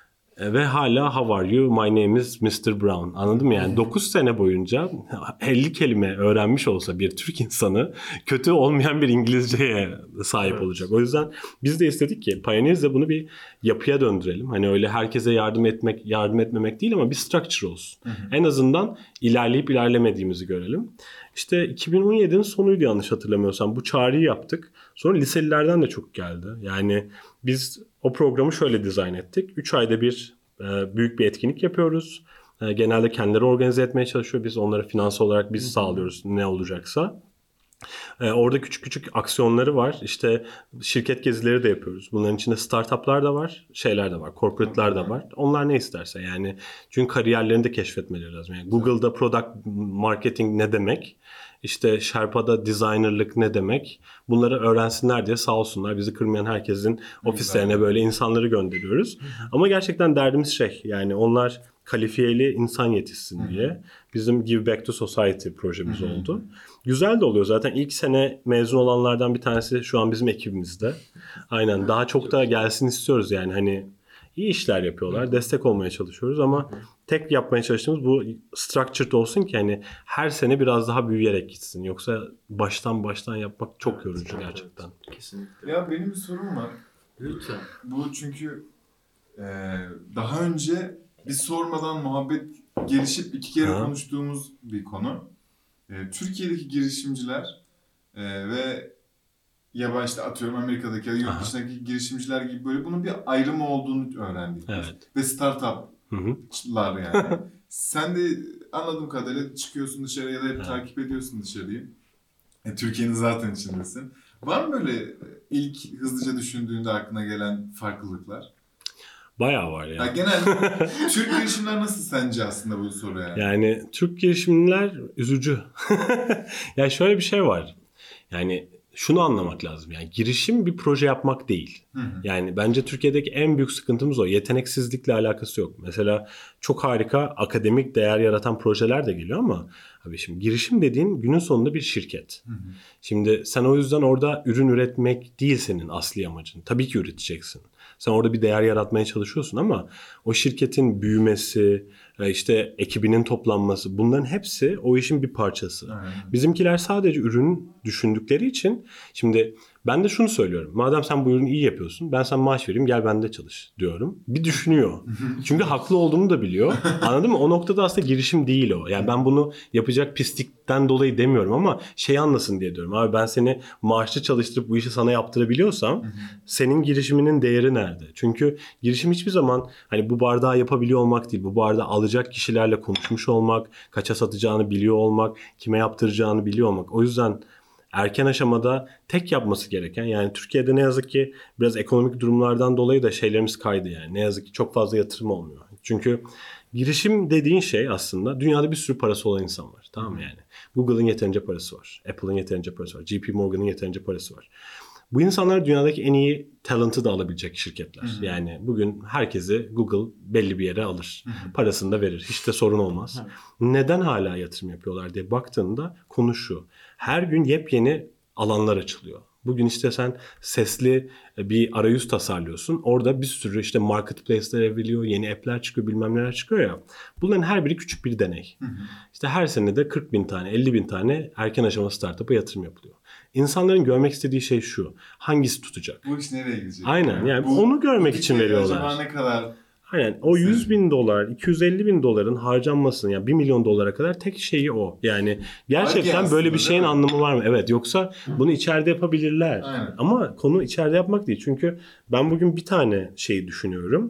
Ve hala how are you? My name is Mr. Brown. Anladın mı? Yani 9 sene boyunca 50 kelime öğrenmiş olsa bir Türk insanı kötü olmayan bir İngilizceye sahip olacak. O yüzden biz de istedik ki Pioneers'de bunu bir yapıya döndürelim. Hani öyle herkese yardım etmemek değil ama bir structure olsun. En azından ilerleyip ilerlemediğimizi görelim. İşte 2017'nin sonuydu yanlış hatırlamıyorsam. Bu çağrıyı yaptık. Sonra liselilerden de çok geldi. Yani biz o programı şöyle dizayn ettik. 3 ayda bir büyük bir etkinlik yapıyoruz. Genelde kendileri organize etmeye çalışıyor. Biz onları finansal olarak biz sağlıyoruz ne olacaksa. Orada küçük küçük aksiyonları var. İşte şirket gezileri de yapıyoruz. Bunların içinde startuplar da var, şeyler de var, corporate'lar da var. Onlar ne isterse yani. Çünkü kariyerlerini de keşfetmeleri lazım. Yani Google'da product marketing ne demek? İşte Sherpa'da designerlık ne demek? Bunları öğrensinler diye sağ olsunlar. Bizi kırmayan herkesin ofislerine böyle insanları gönderiyoruz. Ama gerçekten derdimiz şey yani onlar kalifiyeli insan yetişsin diye. Bizim Give Back to Society projemiz oldu. Güzel de oluyor zaten. İlk sene mezun olanlardan bir tanesi şu an bizim ekibimizde. Aynen. Daha çok da gelsin istiyoruz yani. Hani iyi işler yapıyorlar. Destek olmaya çalışıyoruz ama tek yapmaya çalıştığımız bu structured olsun ki hani her sene biraz daha büyüyerek gitsin. Yoksa baştan yapmak çok yorucu gerçekten. Kesinlikle. Ya benim bir sorum var. Lütfen. Bu çünkü daha önce biz sormadan muhabbet gelişip 2 kere konuştuğumuz bir konu. Türkiye'deki girişimciler ve yabancı işte atıyorum Amerika'daki ya da yurt dışındaki girişimciler gibi böyle bunun bir ayrımı olduğunu öğrendik. Evet. Ve startuplar yani. Sen de anladığım kadarıyla çıkıyorsun dışarı ya da hep takip ediyorsun dışarıyı. Türkiye'nin zaten içindesin. Var mı böyle ilk hızlıca düşündüğünde aklına gelen farklılıklar? Bayağı var ya. Genelde Türk girişimler nasıl sence aslında bu soru yani? Yani Türk girişimler üzücü. Yani şöyle bir şey var. Yani şunu anlamak lazım. Yani girişim bir proje yapmak değil. Yani bence Türkiye'deki en büyük sıkıntımız o. Yeteneksizlikle alakası yok. Mesela çok harika akademik değer yaratan projeler de geliyor ama abi şimdi girişim dediğin günün sonunda bir şirket. Şimdi sen o yüzden orada ürün üretmek değil senin asli amacın. Tabii ki üreteceksin. Sen orada bir değer yaratmaya çalışıyorsun ama o şirketin büyümesi, işte ekibinin toplanması bunların hepsi o işin bir parçası. Bizimkiler sadece ürün düşündükleri için şimdi Ben de şunu söylüyorum. Madem sen bu ürünü iyi yapıyorsun, ben sana maaş vereyim, gel bende çalış diyorum. Bir düşünüyor. Çünkü haklı olduğumu da biliyor. Anladın mı? O noktada aslında girişim değil o. Yani ben bunu yapacak pislikten dolayı demiyorum ama şey anlasın diye diyorum. Abi ben seni maaşlı çalıştırıp bu işi sana yaptırabiliyorsam senin girişiminin değeri nerede? Çünkü girişim hiçbir zaman hani bu bardağı yapabiliyor olmak değil. Bu bardağı alacak kişilerle konuşmuş olmak, kaça satacağını biliyor olmak, kime yaptıracağını biliyor olmak. O yüzden erken aşamada tek yapması gereken, yani Türkiye'de ne yazık ki biraz ekonomik durumlardan dolayı da şeylerimiz kaydı yani. Ne yazık ki çok fazla yatırım olmuyor. Çünkü girişim dediğin şey aslında dünyada bir sürü parası olan insan var. Tamam mı yani? Google'ın yeterince parası var. Apple'ın yeterince parası var. JP Morgan'ın yeterince parası var. Bu insanlar dünyadaki en iyi talent'ı da alabilecek şirketler. Yani bugün herkesi Google belli bir yere alır. Parasını da verir. Hiç de sorun olmaz. Neden hala yatırım yapıyorlar diye baktığında konu şu. Her gün yepyeni alanlar açılıyor. Bugün işte sen sesli bir arayüz tasarlıyorsun. Orada bir sürü işte marketplace'ler evriliyor, yeni app'ler çıkıyor, bilmem neler çıkıyor ya. Bunların her biri küçük bir deney. İşte her sene de 40 bin tane, 50 bin tane erken aşama startup'a yatırım yapılıyor. İnsanların görmek istediği şey şu. Hangisi tutacak? Bu iş nereye gidecek? Aynen. Yani onu görmek için veriyorlar. Acaba ne kadar? Aynen. O 100 bin dolar, 250 bin doların harcanmasını, yani 1 milyon dolara kadar tek şeyi o. Yani gerçekten aslında, böyle bir şeyin değil mi? anlamı var mı? Evet. Yoksa bunu içeride yapabilirler. Aynen. Ama konu içeride yapmak değil. Çünkü ben bugün bir tane şeyi düşünüyorum.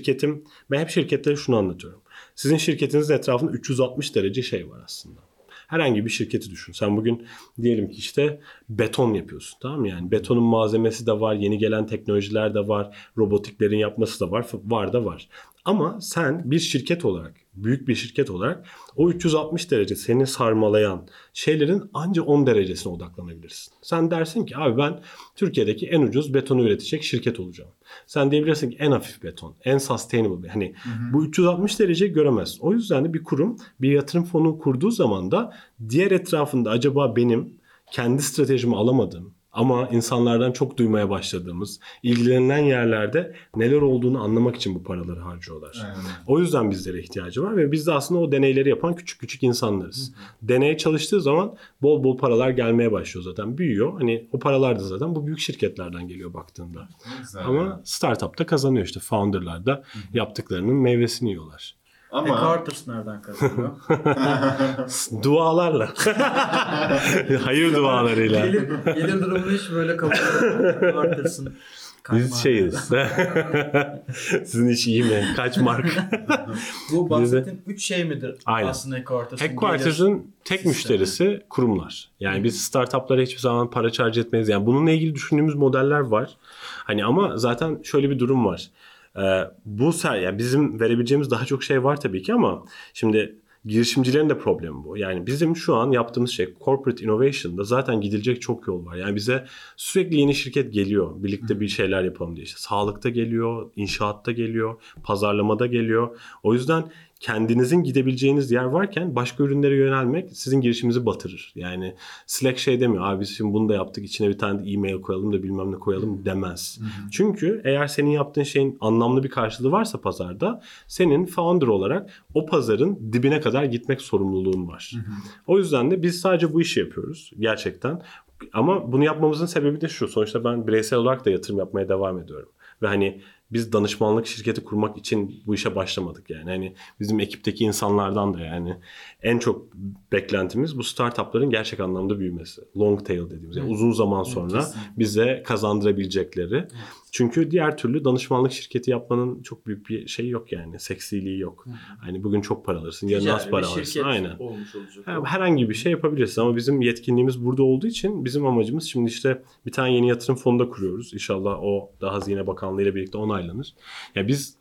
Ben hep şirketlere şunu anlatıyorum. Sizin şirketinizin etrafında 360 derece şey var aslında. Herhangi bir şirketi düşün. Sen bugün diyelim ki işte beton yapıyorsun, tamam mı? Yani betonun malzemesi de var, yeni gelen teknolojiler de var, robotiklerin yapması da var. Ama sen bir şirket olarak, büyük bir şirket olarak o 360 derece seni sarmalayan şeylerin anca 10 derecesine odaklanabilirsin. Sen dersin ki abi ben Türkiye'deki en ucuz betonu üretecek şirket olacağım. Sen diyebilirsin ki en hafif beton, en sustainable. Hani bu 360 dereceyi göremezsin. O yüzden de bir kurum bir yatırım fonu kurduğu zaman da diğer etrafında acaba benim kendi stratejimi alamadığım ama insanlardan çok duymaya başladığımız, ilgilenilen yerlerde neler olduğunu anlamak için bu paraları harcıyorlar. Aynen. O yüzden bizlere ihtiyacı var ve biz de aslında o deneyleri yapan küçük küçük insanlarız. Deney çalıştığı zaman bol bol paralar gelmeye başlıyor zaten. Büyüyor. Hani o paralar da zaten bu büyük şirketlerden geliyor baktığında. Güzel. Ama startup'ta kazanıyor işte. Founder'lar da yaptıklarının meyvesini yiyorlar. Peki Ama Carters nereden kazanıyor? Dualarla. Hayır dualarıyla. Gelir durumunu hiç böyle kabul Carters'ın. Biz şeyiz. Sizin iş iyi mi? Kaç mark? Bu bahsettiğin 3 şey midir? Aynen. Aslında Headquarters'ın Headquarters'ın tek sistemi. müşterisi kurumlar. Yani biz startuplara hiçbir zaman para charge etmeyiz. Yani bununla ilgili düşündüğümüz modeller var. Hani ama zaten şöyle bir durum var. Yani bizim verebileceğimiz daha çok şey var tabii ki ama şimdi girişimcilerin de problemi bu. Yani bizim şu an yaptığımız şey corporate innovation'da zaten gidilecek çok yol var. Yani bize sürekli yeni şirket geliyor. Birlikte bir şeyler yapalım diye. İşte sağlıkta geliyor, inşaatta geliyor, pazarlamada geliyor. O yüzden kendinizin gidebileceğiniz yer varken başka ürünlere yönelmek sizin girişiminizi batırır. Yani Slack şey demiyor. Abi biz şimdi bunu da yaptık. İçine bir tane de e-mail koyalım da bilmem ne koyalım demez. Çünkü eğer senin yaptığın şeyin anlamlı bir karşılığı varsa pazarda senin founder olarak o pazarın dibine kadar gitmek sorumluluğun var. O yüzden de biz sadece bu işi yapıyoruz gerçekten. Ama bunu yapmamızın sebebi de şu. Sonuçta ben bireysel olarak da yatırım yapmaya devam ediyorum. Ve hani biz danışmanlık şirketi kurmak için bu işe başlamadık yani. Hani bizim ekipteki insanlardan da yani en çok beklentimiz bu startupların gerçek anlamda büyümesi. Long tail dediğimiz yani uzun zaman sonra bize kazandırabilecekleri. Çünkü diğer türlü danışmanlık şirketi yapmanın çok büyük bir şeyi yok yani. Seksiliği yok. Hani bugün çok para alırsın, yarın az para alırsın. Aynen. Olmuş olacak. Yani herhangi bir şey yapabilirsin ama bizim yetkinliğimiz burada olduğu için bizim amacımız şimdi işte bir tane yeni yatırım fonu da kuruyoruz. İnşallah o da Hazine Bakanlığı ile birlikte onaylanır. Ya biz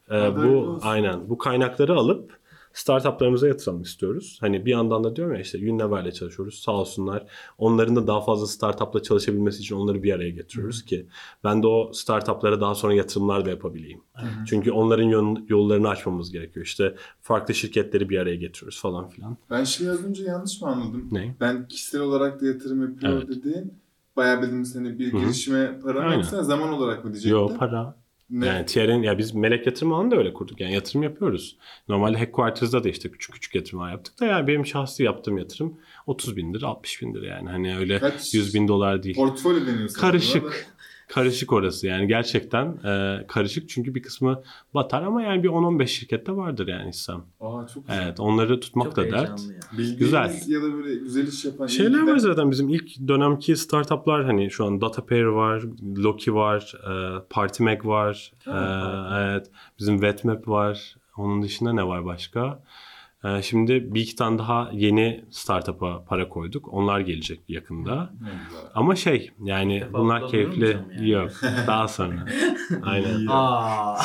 bu kaynakları alıp startuplarımıza yatıralım istiyoruz. Hani bir yandan da diyorum ya işte Unilever'le çalışıyoruz. Sağ olsunlar. Onların da daha fazla startupla çalışabilmesi için onları bir araya getiriyoruz ki ben de o startuplara daha sonra yatırımlar da yapabileyim. Çünkü onların yollarını açmamız gerekiyor. İşte farklı şirketleri bir araya getiriyoruz falan filan. Ben az önce yanlış mı anladım? Ne? Ben kişisel olarak da yatırım yapıyor dediğin bayağı bildiğimiz hani bir girişime para mı yoksa zaman olarak mı diyecektim? Yok para. Yani TR'in ya biz Melek Yatırım Ağı'nı da öyle kurduk. Yani yatırım yapıyoruz. Normalde Headquarters'da da işte küçük küçük yatırımlar yaptık da yani benim şahsi yaptığım yatırım 30 bindir, 60 bindir yani. Hani öyle 100 bin dolar değil. Portfolyo deniyorsun. Karışık. Karışık orası yani gerçekten karışık çünkü bir kısmı batar ama yani bir 10-15 şirkette vardır yani hissem. Çok güzel. Evet, onları tutmak Çok da heyecanlı dert. ya. Bildiğiniz Güzel. ya da böyle güzel iş yapan Şeyler var zaten bizim ilk dönemki startuplar hani şu an DataPair var, Loki var, PartyMac var, evet bizim Vetmap var. Onun dışında ne var başka? Şimdi bir iki tane daha yeni startup'a para koyduk. Onlar gelecek yakında. Ama yani defa bunlar burada keyifli. duyurmayacağım yani. Yok. Daha sonra. Aynen. Aa.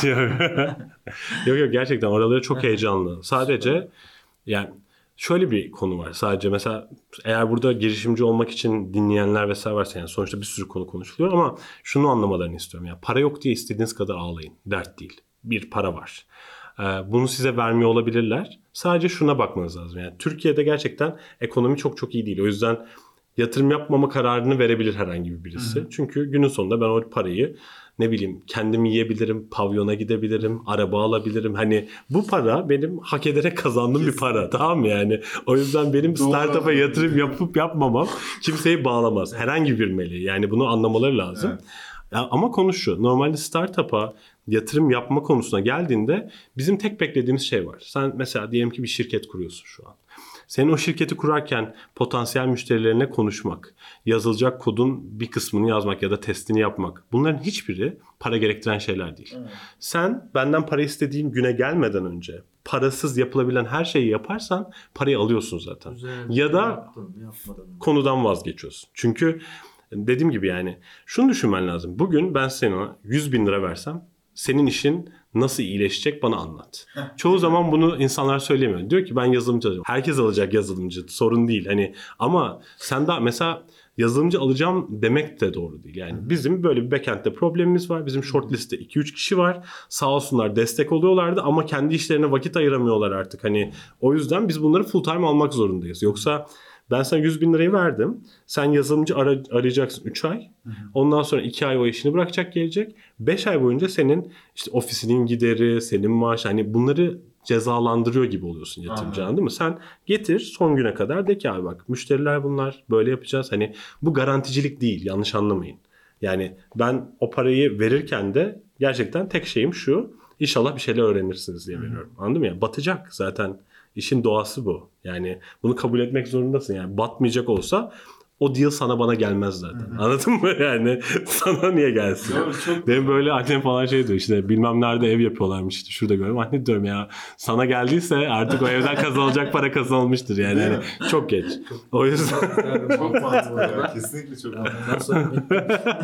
Yok gerçekten oraları çok heyecanlı. Sadece yani şöyle bir konu var. Sadece mesela eğer burada girişimci olmak için dinleyenler vesaire varsa yani sonuçta bir sürü konu konuşuluyor ama şunu anlamalarını istiyorum. Yani para yok diye istediğiniz kadar ağlayın. Dert değil. Bir para var. Bunu size vermiyor olabilirler. Sadece şuna bakmanız lazım. Yani Türkiye'de gerçekten ekonomi çok çok iyi değil. O yüzden yatırım yapmama kararını verebilir herhangi birisi. Hı-hı. Çünkü günün sonunda ben o parayı ne bileyim kendim yiyebilirim, pavyona gidebilirim, araba alabilirim. Hani bu para benim hak ederek kazandığım bir para, tamam mı yani? O yüzden benim startup'a yatırım yapıp yapmamam kimseyi bağlamaz. Herhangi bir meleği. Yani bunu anlamaları lazım. Evet. Ama konu şu. Normalde startup'a yatırım yapma konusuna geldiğinde bizim tek beklediğimiz şey var. Sen mesela diyelim ki bir şirket kuruyorsun şu an. Senin o şirketi kurarken potansiyel müşterilerine konuşmak, yazılacak kodun bir kısmını yazmak ya da testini yapmak. Bunların hiçbiri para gerektiren şeyler değil. Evet. Sen benden para istediğin güne gelmeden önce parasız yapılabilen her şeyi yaparsan parayı alıyorsun zaten. Güzel, ya da konudan vazgeçiyorsun. Çünkü dediğim gibi yani şunu düşünmen lazım. Bugün ben sana 100 bin lira versem senin işin nasıl iyileşecek bana anlat. Çoğu zaman bunu insanlar söylemiyor. Diyor ki ben yazılımcı alacağım. Herkes alacak yazılımcı. Sorun değil. Ama sen daha mesela yazılımcı alacağım demek de doğru değil. Yani bizim böyle bir backend'de problemimiz var. Bizim shortlist'te 2-3 kişi var. Sağ olsunlar destek oluyorlardı ama kendi işlerine vakit ayıramıyorlar artık. O yüzden biz bunları full time almak zorundayız. Yoksa ben sana 100 bin lirayı verdim. Sen yazılımcı arayacaksın 3 ay. Ondan sonra 2 ay o işini bırakacak gelecek. 5 ay boyunca senin işte ofisinin gideri, senin maaş bunları cezalandırıyor gibi oluyorsun yatırımcı, anladın mı? Sen getir son güne kadar de ki abi bak müşteriler bunlar böyle yapacağız. Bu garanticilik değil, yanlış anlamayın. Yani ben o parayı verirken de gerçekten tek şeyim şu. İnşallah bir şeyler öğrenirsiniz diye veriyorum. Anladın mı? Batacak zaten. İşin doğası bu. Yani bunu kabul etmek zorundasın. Yani batmayacak olsa o deal sana bana gelmez zaten. Hı-hı. Anladın mı? Yani sana niye gelsin? Benim böyle annem falan diyor işte bilmem nerede ev yapıyorlarmış işte şurada görüyorum. Anne diyorum ya sana geldiyse artık o evden kazanılacak para kazanılmıştır yani. Çok geç. O yüzden. Çok mantıklı ya. Kesinlikle çok mantıklı.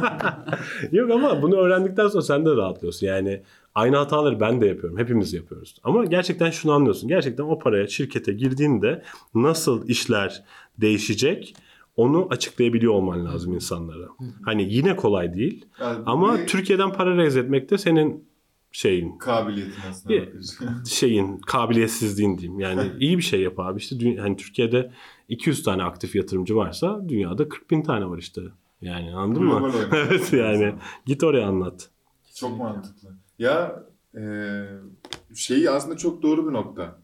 Yok ama bunu öğrendikten sonra sen de rahatlıyorsun. Yani aynı hataları ben de yapıyorum. Hepimiz yapıyoruz. Ama gerçekten şunu anlıyorsun. Gerçekten o paraya şirkete girdiğinde nasıl işler değişecek onu açıklayabiliyor olman lazım insanlara. Yine kolay değil. Yani ama Türkiye'den para raise etmek de senin kabiliyetin aslında. Kabiliyetsizliğin diyeyim. Yani iyi bir şey yap abi. İşte Türkiye'de 200 tane aktif yatırımcı varsa dünyada 40 bin tane var işte. Yani anladın mı? Evet yani. Git oraya anlat. Çok mantıklı. Ya aslında çok doğru bir nokta.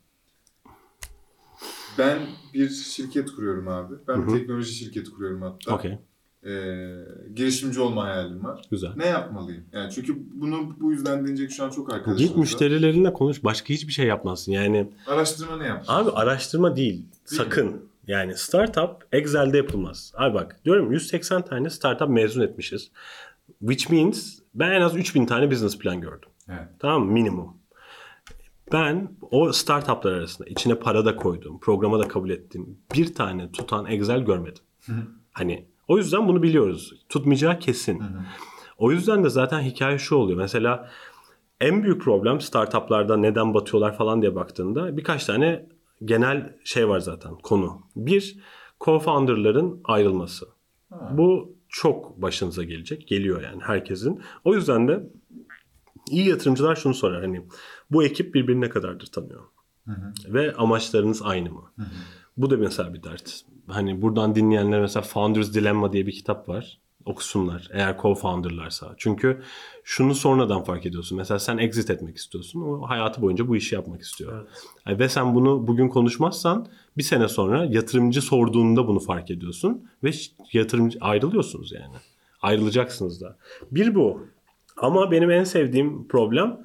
Ben bir şirket kuruyorum abi. Ben bir teknoloji şirketi kuruyorum hatta. Okay. Girişimci olma hayalim var. Güzel. Ne yapmalıyım? Yani çünkü bunu bu yüzden deneyecek şu an çok arkadaşım. Git müşterilerinle konuş. Başka hiçbir şey yapmazsın. Yani araştırma ne yapacaksın? Abi araştırma değil. Sakın. Yani startup Excel'de yapılmaz. Abi bak diyorum 180 tane startup mezun etmişiz. Which means ben en az 3000 tane business plan gördüm. Evet. Tamam mı? Minimum. Ben o startuplar arasında içine para da koyduğum, programa da kabul ettiğim bir tane tutan Excel görmedim. O yüzden bunu biliyoruz. Tutmayacağı kesin. O yüzden de zaten hikaye şu oluyor. Mesela en büyük problem startuplarda neden batıyorlar falan diye baktığında birkaç tane genel var zaten konu. Bir, co-founder'ların ayrılması. Bu çok başınıza gelecek. Geliyor yani herkesin. O yüzden de iyi yatırımcılar şunu sorar. Bu ekip birbirini ne kadardır tanıyor? Ve amaçlarınız aynı mı? Bu da mesela bir dert. Buradan dinleyenler mesela Founders Dilemma diye bir kitap var. okusunlar eğer co-founder'larsa. Çünkü şunu sonradan fark ediyorsun. Mesela sen exit etmek istiyorsun. O hayatı boyunca bu işi yapmak istiyor. Evet. Ve sen bunu bugün konuşmazsan bir sene sonra yatırımcı sorduğunda bunu fark ediyorsun. Ve yatırımcı ayrılıyorsunuz yani. Ayrılacaksınız da. Bir bu. Ama benim en sevdiğim problem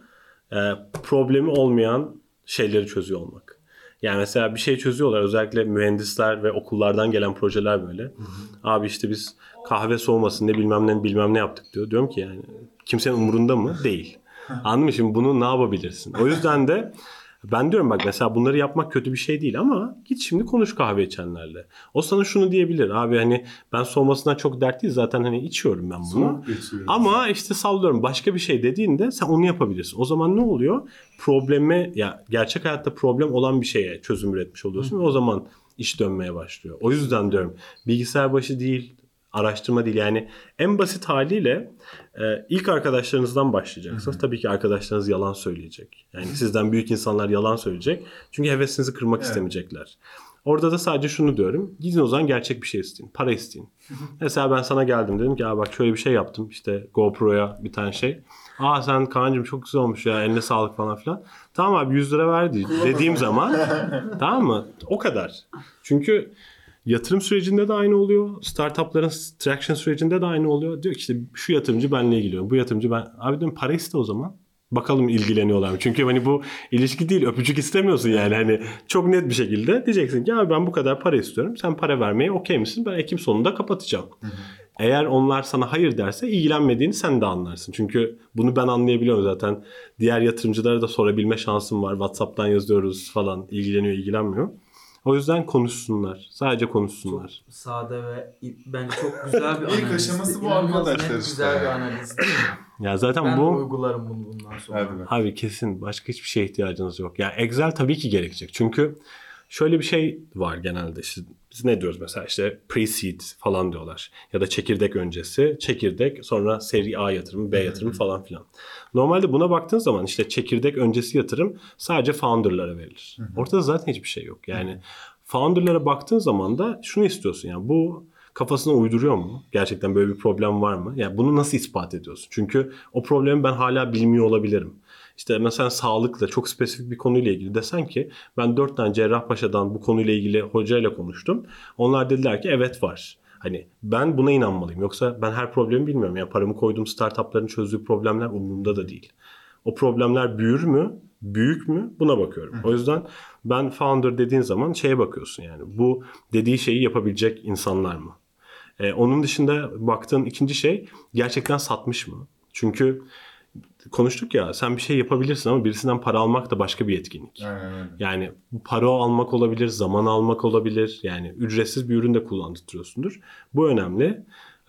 problemi olmayan şeyleri çözüyor olmak. Yani mesela bir şey çözüyorlar. Özellikle mühendisler ve okullardan gelen projeler böyle. Hı-hı. Abi işte biz kahve soğumasın ne bilmem ne yaptık diyor. Diyorum ki yani kimsenin umurunda mı? Değil. Anladın mı? Şimdi bunu ne yapabilirsin? O yüzden de ben diyorum bak mesela bunları yapmak kötü bir şey değil ama git şimdi konuş kahve içenlerle. O sana şunu diyebilir. Abi hani ben soğumasından çok dert değil zaten hani içiyorum ben bunu. Ama işte sallıyorum başka bir şey dediğinde sen onu yapabilirsin. O zaman ne oluyor? Probleme ya gerçek hayatta problem olan bir şeye çözüm üretmiş oluyorsun ve o zaman iş dönmeye başlıyor. O yüzden diyorum bilgisayar başı değil, araştırma değil. Yani en basit haliyle ilk arkadaşlarınızdan başlayacaksınız. Tabii ki arkadaşlarınız yalan söyleyecek. Yani sizden büyük insanlar yalan söyleyecek. Çünkü hevesinizi kırmak istemeyecekler. Orada da sadece şunu diyorum. Gidin o zaman gerçek bir şey isteyin. Para isteyin. Mesela ben sana geldim dedim ki bak şöyle bir şey yaptım. İşte GoPro'ya bir tane şey. Sen Kaan'cığım çok güzel olmuş ya eline sağlık falan filan. Tamam abi 100 lira ver dediğim zaman tamam mı? O kadar. Çünkü yatırım sürecinde de aynı oluyor. Startupların traction sürecinde de aynı oluyor. Diyor ki işte şu yatırımcı benimle ilgileniyor. Bu yatırımcı abi diyorum para iste o zaman. Bakalım ilgileniyorlar mı? Çünkü hani bu ilişki değil öpücük istemiyorsun yani. Hani çok net bir şekilde diyeceksin ki abi ben bu kadar para istiyorum. Sen para vermeye okey misin? Ben Ekim sonunda kapatacağım. Hı hı. Eğer onlar sana hayır derse ilgilenmediğini sen de anlarsın. Çünkü bunu ben anlayabiliyorum zaten. Diğer yatırımcılara da sorabilme şansım var. WhatsApp'tan yazıyoruz falan. İlgileniyor, ilgilenmiyor. O yüzden konuşsunlar. Sadece konuşsunlar. Çok sade ve bence çok güzel bir analiz. İlk aşaması bu arkadaşlar işte. Güzel bir analiz. Ya zaten ben bu uygularım bunu bundan sonra. Abi kesin başka hiçbir şeye ihtiyacınız yok. Ya Excel tabii ki gerekecek. Çünkü şöyle bir şey var genelde. İşte biz ne diyoruz mesela işte pre-seed falan diyorlar. Ya da çekirdek öncesi, çekirdek sonra seri A yatırımı, B yatırımı falan filan. Normalde buna baktığın zaman işte çekirdek öncesi yatırım sadece founder'lara verilir. Ortada zaten hiçbir şey yok. Yani founder'lara baktığın zaman da şunu istiyorsun yani bu kafasına uyduruyor mu? Gerçekten böyle bir problem var mı? Yani bunu nasıl ispat ediyorsun? Çünkü o problemi ben hala bilmiyor olabilirim. İşte mesela sağlıkla çok spesifik bir konuyla ilgili desen ki ben 4 tane Cerrahpaşa'dan bu konuyla ilgili hocayla konuştum. Onlar dediler ki evet var. Hani ben buna inanmalıyım. Yoksa ben her problemi bilmiyorum. Yani paramı koyduğum startupların çözdüğü problemler umurumda da değil. O problemler büyür mü? Büyük mü? Buna bakıyorum. O yüzden ben founder dediğin zaman şeye bakıyorsun yani. Bu dediği şeyi yapabilecek insanlar mı? Onun dışında baktığın ikinci şey gerçekten satmış mı? Çünkü konuştuk ya sen bir şey yapabilirsin ama birisinden para almak da başka bir yetkinlik. Aynen. Yani para almak olabilir, zaman almak olabilir. Yani ücretsiz bir ürün de kullandırıyorsundur. Bu önemli.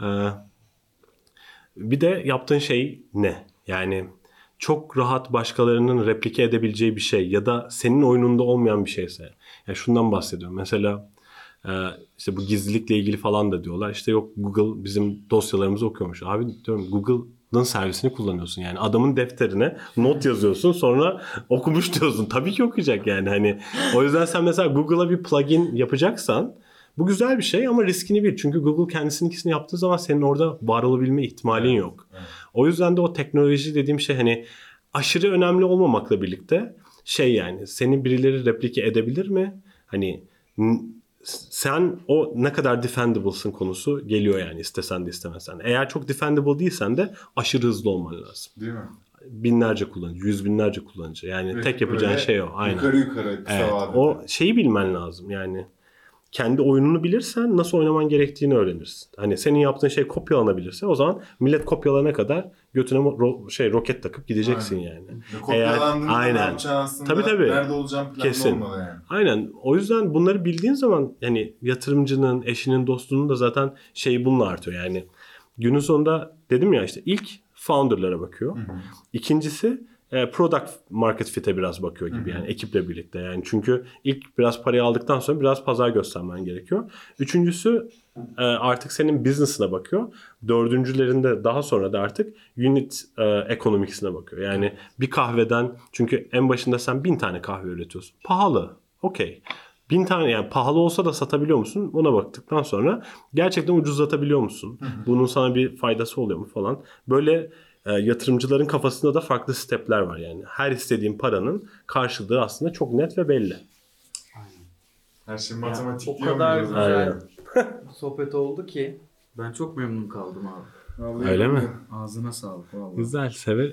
Bir de yaptığın şey ne? Yani çok rahat başkalarının replike edebileceği bir şey ya da senin oyununda olmayan bir şeyse. Yani şundan bahsediyorum. Mesela işte bu gizlilikle ilgili falan da diyorlar. İşte yok Google bizim dosyalarımızı okuyormuş. Abi diyorum Google'ın servisini kullanıyorsun. Yani adamın defterine not yazıyorsun sonra okumuş diyorsun. Tabii ki okuyacak yani. Hani o yüzden sen mesela Google'a bir plugin yapacaksan bu güzel bir şey ama riskini bil. Çünkü Google kendisininkisini yaptığı zaman senin orada var olabilme ihtimalin yok. Evet. O yüzden de o teknoloji dediğim şey hani aşırı önemli olmamakla birlikte şey yani seni birileri replike edebilir mi? Hani sen o ne kadar defendable'sın konusu geliyor yani istesen de istemesen. Eğer çok defendable değilsen de aşırı hızlı olman lazım. Değil mi? Binlerce kullanıcı, yüz binlerce kullanıcı. Yani tek yapacağın şey o. Aynen. Yukarı kısa vadede. O şeyi bilmen lazım yani. Kendi oyununu bilirsen nasıl oynaman gerektiğini öğrenirsin. Hani senin yaptığın şey kopyalanabilirse o zaman millet kopyalana kadar götüne roket takıp gideceksin yani. Kopyalandığında ne yapacaksın aslında, tabii. Nerede olacağım planlı olmalı yani. Aynen. O yüzden bunları bildiğin zaman yani yatırımcının, eşinin, dostunun da zaten şeyi bununla artıyor yani. Günün sonunda dedim ya işte ilk founder'lara bakıyor. İkincisi product market fit'e biraz bakıyor gibi yani ekiple birlikte yani çünkü ilk biraz parayı aldıktan sonra biraz pazar göstermen gerekiyor. Üçüncüsü artık senin business'ına bakıyor. Dördüncülerinde daha sonra da artık unit economics'ine bakıyor. Yani bir kahveden çünkü en başında sen 1000 tane kahve üretiyorsun. Pahalı. Okey. 1000 tane yani pahalı olsa da satabiliyor musun? Ona baktıktan sonra gerçekten ucuzlatabiliyor musun? Bunun sana bir faydası oluyor mu falan. Böyle yatırımcıların kafasında da farklı stepler var yani. Her istediğin paranın karşılığı aslında çok net ve belli. Her şey matematik O diyor kadar muyuz? güzel Aynen. sohbet oldu ki ben çok memnun kaldım abi. Vallahi Öyle mi? Ağzına sağlık vallahi. Güzel, sever.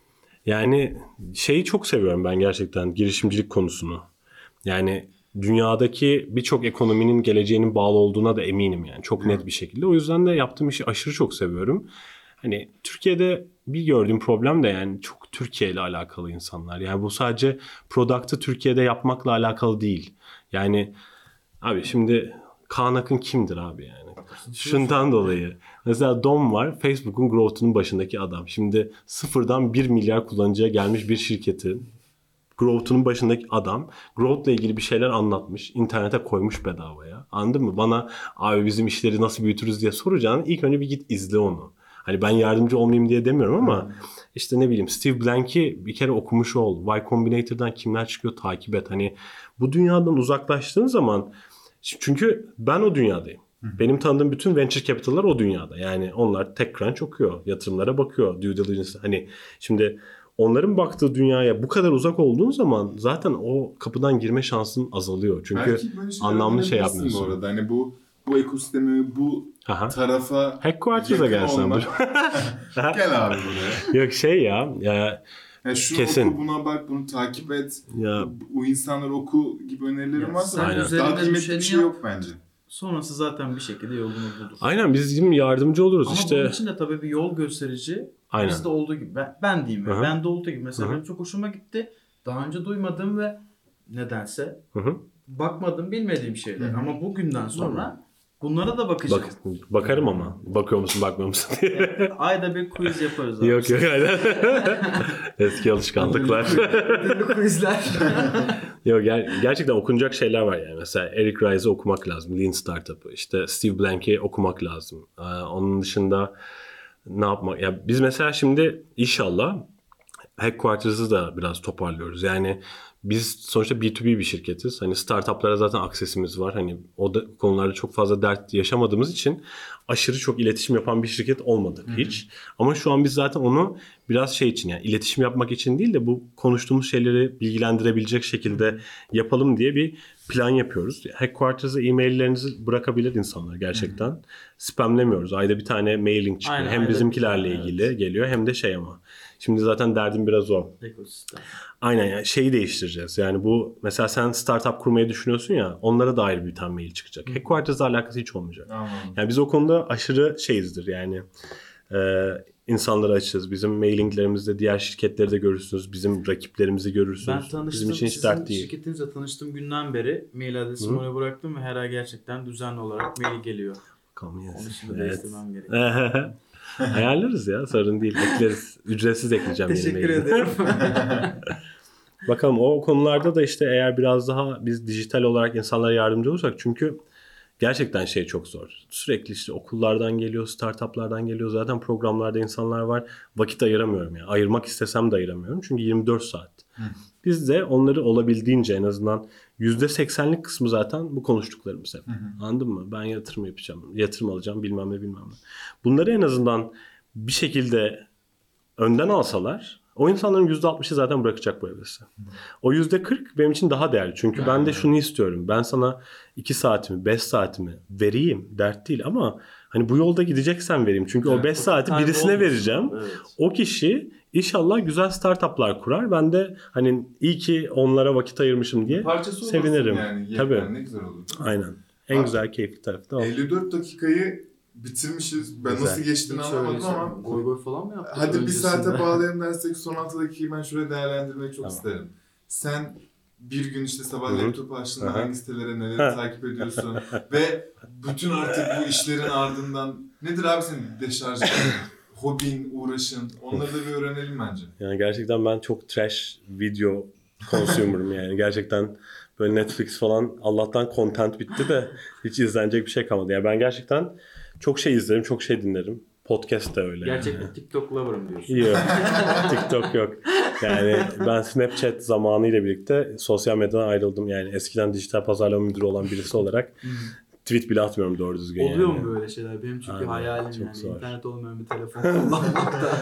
Yani şeyi çok seviyorum ben gerçekten girişimcilik konusunu. Yani dünyadaki birçok ekonominin geleceğinin bağlı olduğuna da eminim yani çok net bir şekilde. O yüzden de yaptığım işi aşırı çok seviyorum. Hani Türkiye'de bir gördüğüm problem de yani çok Türkiye ile alakalı insanlar. Yani bu sadece product'ı Türkiye'de yapmakla alakalı değil. Yani abi şimdi Kaan Akın kimdir abi yani? Şundan dolayı. Mesela Dom var. Facebook'un growth'unun başındaki adam. Şimdi sıfırdan 1 milyar kullanıcıya gelmiş bir şirketin growth'unun başındaki adam growth'la ilgili bir şeyler anlatmış. İnternete koymuş bedavaya. Anladın mı? Bana abi bizim işleri nasıl büyütürüz diye soracağını ilk önce bir git izle onu. Hani ben yardımcı olmayayım diye demiyorum ama işte ne bileyim Steve Blank'i bir kere okumuş ol. Y Combinator'dan kimler çıkıyor takip et. Hani bu dünyadan uzaklaştığın zaman çünkü ben o dünyadayım. Benim tanıdığım bütün venture capital'lar o dünyada. Yani onlar TechCrunch okuyor, yatırımlara bakıyor, due diligence. Hani şimdi onların baktığı dünyaya bu kadar uzak olduğun zaman zaten o kapıdan girme şansın azalıyor. Çünkü Belki böyle şeyler anlamlı şey öğrenebilirsin yapmıyorsun. Bu arada. Hani bu ekosistemi, bu Aha. tarafa Headquarters'a yakın gelsen. olmak. Gel abi buraya. Yok şey ya Yani şunu kesin. oku, buna bak, bunu takip et. Ya Bu insanlar oku gibi önerilerim Ya varsa sen Aynen. üzerinde daha kıymetli düşeni bir şey yap. yok bence. Sonrası zaten bir şekilde yolunu bulur. aynen bizim yardımcı oluruz Ama işte. bunun için de tabii bir yol gösterici. Aynen. Bizde olduğu gibi. Ben diyeyim. Hı hı. Bende olduğu gibi. Mesela Hı hı. benim çok hoşuma gitti. Daha önce duymadığım ve nedense Hı hı. bakmadığım, bilmediğim şeyler. Hı hı. Ama bugünden sonra bunlara da bakacağım. Bakarım ama. Bakıyor musun bakmıyor musun diye. Ayda bir quiz yaparız abi. Yok aynen. Eski alışkanlıklar. Dinli quizler. Yok gerçekten okunacak şeyler var yani. Mesela Eric Rice'ı okumak lazım. Lean Startup'ı. İşte Steve Blank'i okumak lazım. Onun dışında ne yapmak? Ya biz mesela şimdi inşallah Headquarters'ı da biraz toparlıyoruz. Yani biz sonuçta B2B bir şirketiz. Hani startuplara zaten aksesimiz var. Hani o da konularda çok fazla dert yaşamadığımız için aşırı çok iletişim yapan bir şirket olmadık hiç. Ama şu an biz zaten onu biraz şey için yani iletişim yapmak için değil de bu konuştuğumuz şeyleri bilgilendirebilecek şekilde yapalım diye bir plan yapıyoruz. Headquarters'a e-maillerinizi bırakabilir insanlar gerçekten. Spamlemiyoruz. Ayda bir tane mailing çıkıyor. Aynen, hem ayda bizimkilerle bir tane, ilgili geliyor hem de şey ama. Şimdi zaten derdim biraz o. Ekosistem. Aynen yani şeyi değiştireceğiz. Yani bu mesela sen startup kurmayı düşünüyorsun ya onlara dair bir tane mail çıkacak. Headquarters'la alakası hiç olmayacak. Anladım. Yani biz o konuda aşırı şeyizdir yani. İnsanlara açığız. Bizim mailinglerimizde diğer şirketleri de görürsünüz. Bizim rakiplerimizi görürsünüz. Ben tanıştım. Bizim için hiç Sizin dert değil. şirketinizle tanıştığım günden beri mail adresimi oraya bıraktım ve her ay gerçekten düzenli olarak mail geliyor. Come yes. Onun dışında da Evet. istemem gerekiyor. Ayarlarız ya sorun değil. Ekleriz. Ücretsiz ekleyeceğim. yeni Teşekkür maili. ederim. Bakalım o konularda da işte eğer biraz daha biz dijital olarak insanlara yardımcı olursak çünkü gerçekten şey çok zor. Sürekli işte okullardan geliyor, startuplardan geliyor. Zaten programlarda insanlar var. Vakit ayıramıyorum yani. Ayırmak istesem de ayıramıyorum. Çünkü 24 saat. Biz de onları olabildiğince en azından %80'lik kısmı zaten bu konuştuklarımız hep. Anladın mı? Ben yatırım yapacağım. Yatırım alacağım bilmem ne. Bunları en azından bir şekilde önden alsalar o insanların %60'ı zaten bırakacak bu hevesi. O %40 benim için daha değerli. Çünkü ben de şunu istiyorum. Ben sana 2 saatimi, 5 saatimi vereyim. Dert değil ama hani bu yolda gideceksen vereyim. Çünkü o 5 saati birisine vereceğim. Evet. O kişi inşallah güzel startuplar kurar. Ben de hani iyi ki onlara vakit ayırmışım diye Parçası sevinirim. yani. Tabii. Ne güzel olur. Aynen. En Abi, güzel keyifli tarafı da o. 54 dakikayı bitirmişiz. Ben Güzel. nasıl geçtiğini Hiç anlamadım öyleyse ama goy goy falan mı yaptık? hadi bir öncesinde? saate bağlayalım dersek son 6 dakikayı ben şuraya değerlendirmeyi çok Tamam. isterim. Sen bir gün işte sabah Hı hı. laptopu açtığında Hı hı. hangi sitelere neleri takip ediyorsun ve bütün artık bu işlerin ardından nedir abi senin deşarj hobin, uğraşın onları da bir öğrenelim bence. Yani gerçekten ben çok trash video consumer'ım yani. Gerçekten böyle Netflix falan Allah'tan content bitti de hiç izlenecek bir şey kalmadı. Yani ben gerçekten çok şey izlerim, çok şey dinlerim. Podcast da öyle. Gerçekten TikTok lover'ım diyorsun. Yok. TikTok yok. Yani ben Snapchat zamanıyla birlikte sosyal medyadan ayrıldım. Yani eskiden dijital pazarlama müdürü olan birisi olarak tweet bile atmıyorum doğru düzgün. Oluyor yani. mu böyle şeyler? Benim çünkü Aynen, hayalim çok yani zor. internet olmayan bir telefon kullanmak da.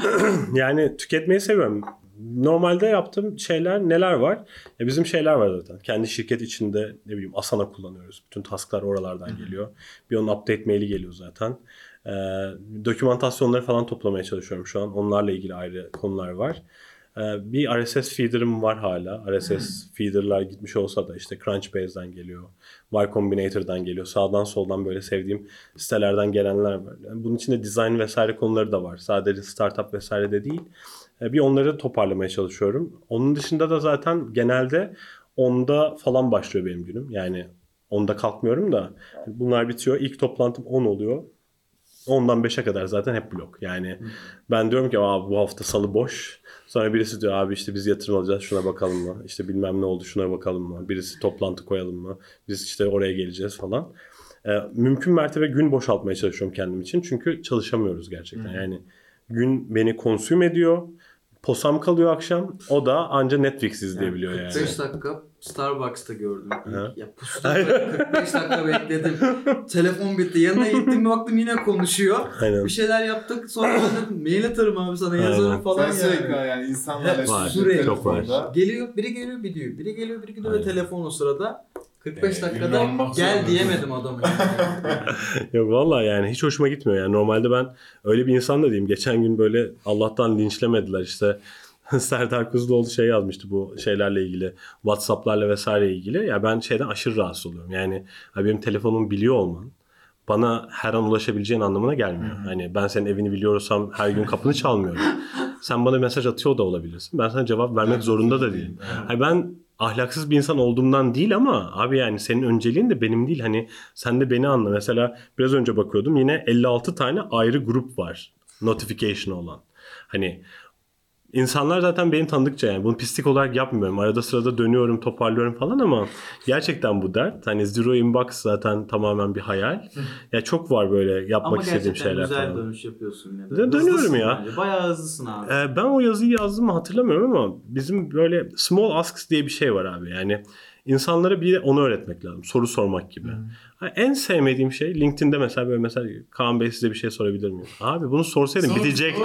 Yani tüketmeyi seviyorum. Normalde yaptığım şeyler neler var? Bizim şeyler var zaten. Kendi şirket içinde ne bileyim Asana kullanıyoruz. Bütün tasklar oralardan geliyor. Bir onun update maili geliyor zaten. Dokümantasyonları falan toplamaya çalışıyorum şu an. Onlarla ilgili ayrı konular var. Bir RSS feeder'ım var hala. RSS feeder'lar gitmiş olsa da işte Crunchbase'den geliyor. Y Combinator'dan geliyor. Sağdan soldan böyle sevdiğim sitelerden gelenler var. Yani bunun içinde design vesaire konuları da var. Sadece startup vesaire de değil. Bir onları toparlamaya çalışıyorum. Onun dışında da zaten genelde 10'da falan başlıyor benim günüm. Yani 10'da kalkmıyorum da bunlar bitiyor. İlk toplantım 10 oluyor. 10'dan 5'e kadar zaten hep blok. Yani ben diyorum ki bu hafta salı boş. Sonra birisi diyor abi işte biz yatırım alacağız şuna bakalım mı? İşte bilmem ne oldu şuna bakalım mı? Birisi toplantı koyalım mı? Biz işte oraya geleceğiz falan. Mümkün mertebe gün boşaltmaya çalışıyorum kendim için. Çünkü çalışamıyoruz gerçekten. Yani gün beni konsume ediyor. Posam kalıyor akşam. O da anca Netflix izleyebiliyor yani. 45 dakika Starbucks'ta gördüm. Aha. Ya pustum. 45 dakika bekledim. Telefon bitti. Yanına gittim bir baktım yine konuşuyor. Aynen. Bir şeyler yaptık. Sonra dedim mail atarım abi sana Aynen. yazarım falan Sen sürekli yani. yani insanlarla Var, sürekli çok var. Geliyor, biri geliyor, biri diyor. Biri geliyor, biri gidiyor ve Aynen. telefon o sırada. 45 ünlü dakikada olmak gel zorunda. diyemedim adamı. Yok vallahi yani hiç hoşuma gitmiyor. Yani normalde ben öyle bir insan da değilim. Geçen gün böyle Allah'tan linçlemediler işte. Serdar Kuzuloğlu şey yazmıştı bu şeylerle ilgili. WhatsApp'larla vesaire ilgili. Ya ben şeyden aşırı rahatsız oluyorum. Yani benim telefonumu biliyor olman bana her an ulaşabileceğin anlamına gelmiyor. Hani ben senin evini biliyorsam her gün kapını çalmıyorum. Sen bana mesaj atıyor da olabilirsin. Ben sana cevap vermek zorunda da değilim. Hani ben ahlaksız bir insan olduğumdan değil ama abi yani senin önceliğin de benim değil. Hani sen de beni anla. Mesela biraz önce bakıyordum yine 56 tane ayrı grup var notification olan. Hani İnsanlar zaten beni tanıdıkça yani bunu pislik olarak yapmıyorum. Arada sırada dönüyorum, toparlıyorum falan ama gerçekten bu dert. Hani zero inbox zaten tamamen bir hayal. Ya çok var böyle yapmak Ama istediğim gerçekten şeyler güzel falan. dönüş yapıyorsun yine de. Dönüyorum Hızlısın ya. bence. Bayağı hızlısın abi. Ben o yazıyı yazdım mı hatırlamıyorum ama bizim böyle small asks diye bir şey var abi. Yani insanlara bir de onu öğretmek lazım. Soru sormak gibi. En sevmediğim şey LinkedIn'de mesela Kaan Bey size bir şey sorabilir miyim? Abi bunu sorsaydım bitecekti.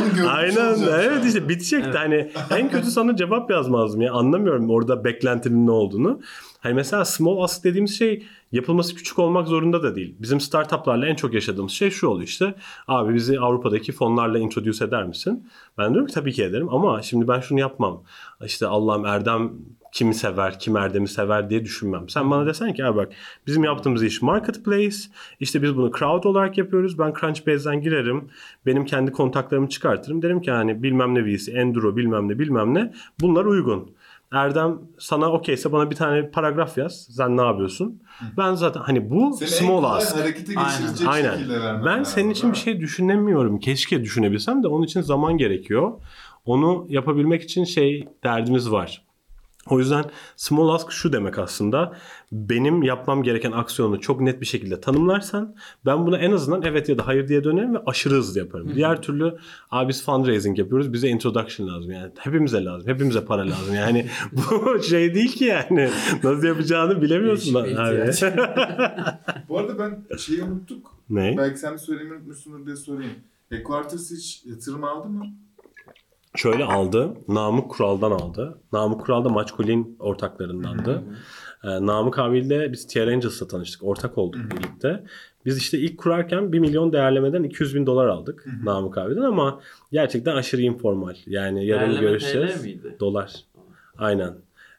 Aynen evet işte bitecekti. Evet. Hani en kötü sana cevap yazmazdım ya. Anlamıyorum orada beklentinin ne olduğunu. Hani mesela small ask dediğimiz şey yapılması küçük olmak zorunda da değil. Bizim startuplarla en çok yaşadığımız şey şu oluyor işte. Abi bizi Avrupa'daki fonlarla introduce eder misin? Ben diyorum ki tabii ki ederim ama şimdi ben şunu yapmam. İşte Allah'ım Erdem kimi sever, kim Erdem'i sever diye düşünmem. Sen bana desen ki abi bak bizim yaptığımız iş marketplace. İşte biz bunu crowd olarak yapıyoruz. Ben Crunchbase'den girerim. Benim kendi kontaklarımı çıkartırım. Derim ki hani bilmem ne VC, Enduro bilmem ne. Bunlar uygun. Erdem sana okeyse bana bir tane paragraf yaz. Sen ne yapıyorsun? Ben zaten hani bu Seni small en ask. harekete geçirecek Aynen. şekilde vermen Ben lazım, senin için değil bir mi? şey düşünemiyorum. Keşke düşünebilsem de onun için zaman gerekiyor. Onu yapabilmek için derdimiz var. O yüzden small ask şu demek aslında. Benim yapmam gereken aksiyonu çok net bir şekilde tanımlarsan ben buna en azından evet ya da hayır diye dönerim ve aşırı hızlı yaparım. Diğer türlü biz fundraising yapıyoruz. Bize introduction lazım yani. Hepimize lazım. Hepimize para lazım. Yani bu şey değil ki yani. Nasıl yapacağını bilemiyorsun. Değişik bir ihtiyaç. Bu arada ben şeyi unuttuk. Ne? Belki sen söylemeyi unutmuşsundur diye sorayım. Headquarters hiç yatırım aldı mı? Şöyle aldı. Namık Kural'dan aldı. Namık Kural da Maçkol'in ortaklarındandı. Namık abiyle biz TR Angels'la tanıştık. Ortak olduk birlikte. Biz işte ilk kurarken 1 milyon değerlemeden 200 bin dolar aldık Namık abiden ama gerçekten aşırı informal. Yani yarın Değerleme görüşeceğiz. TL miydi? Dolar. Aynen.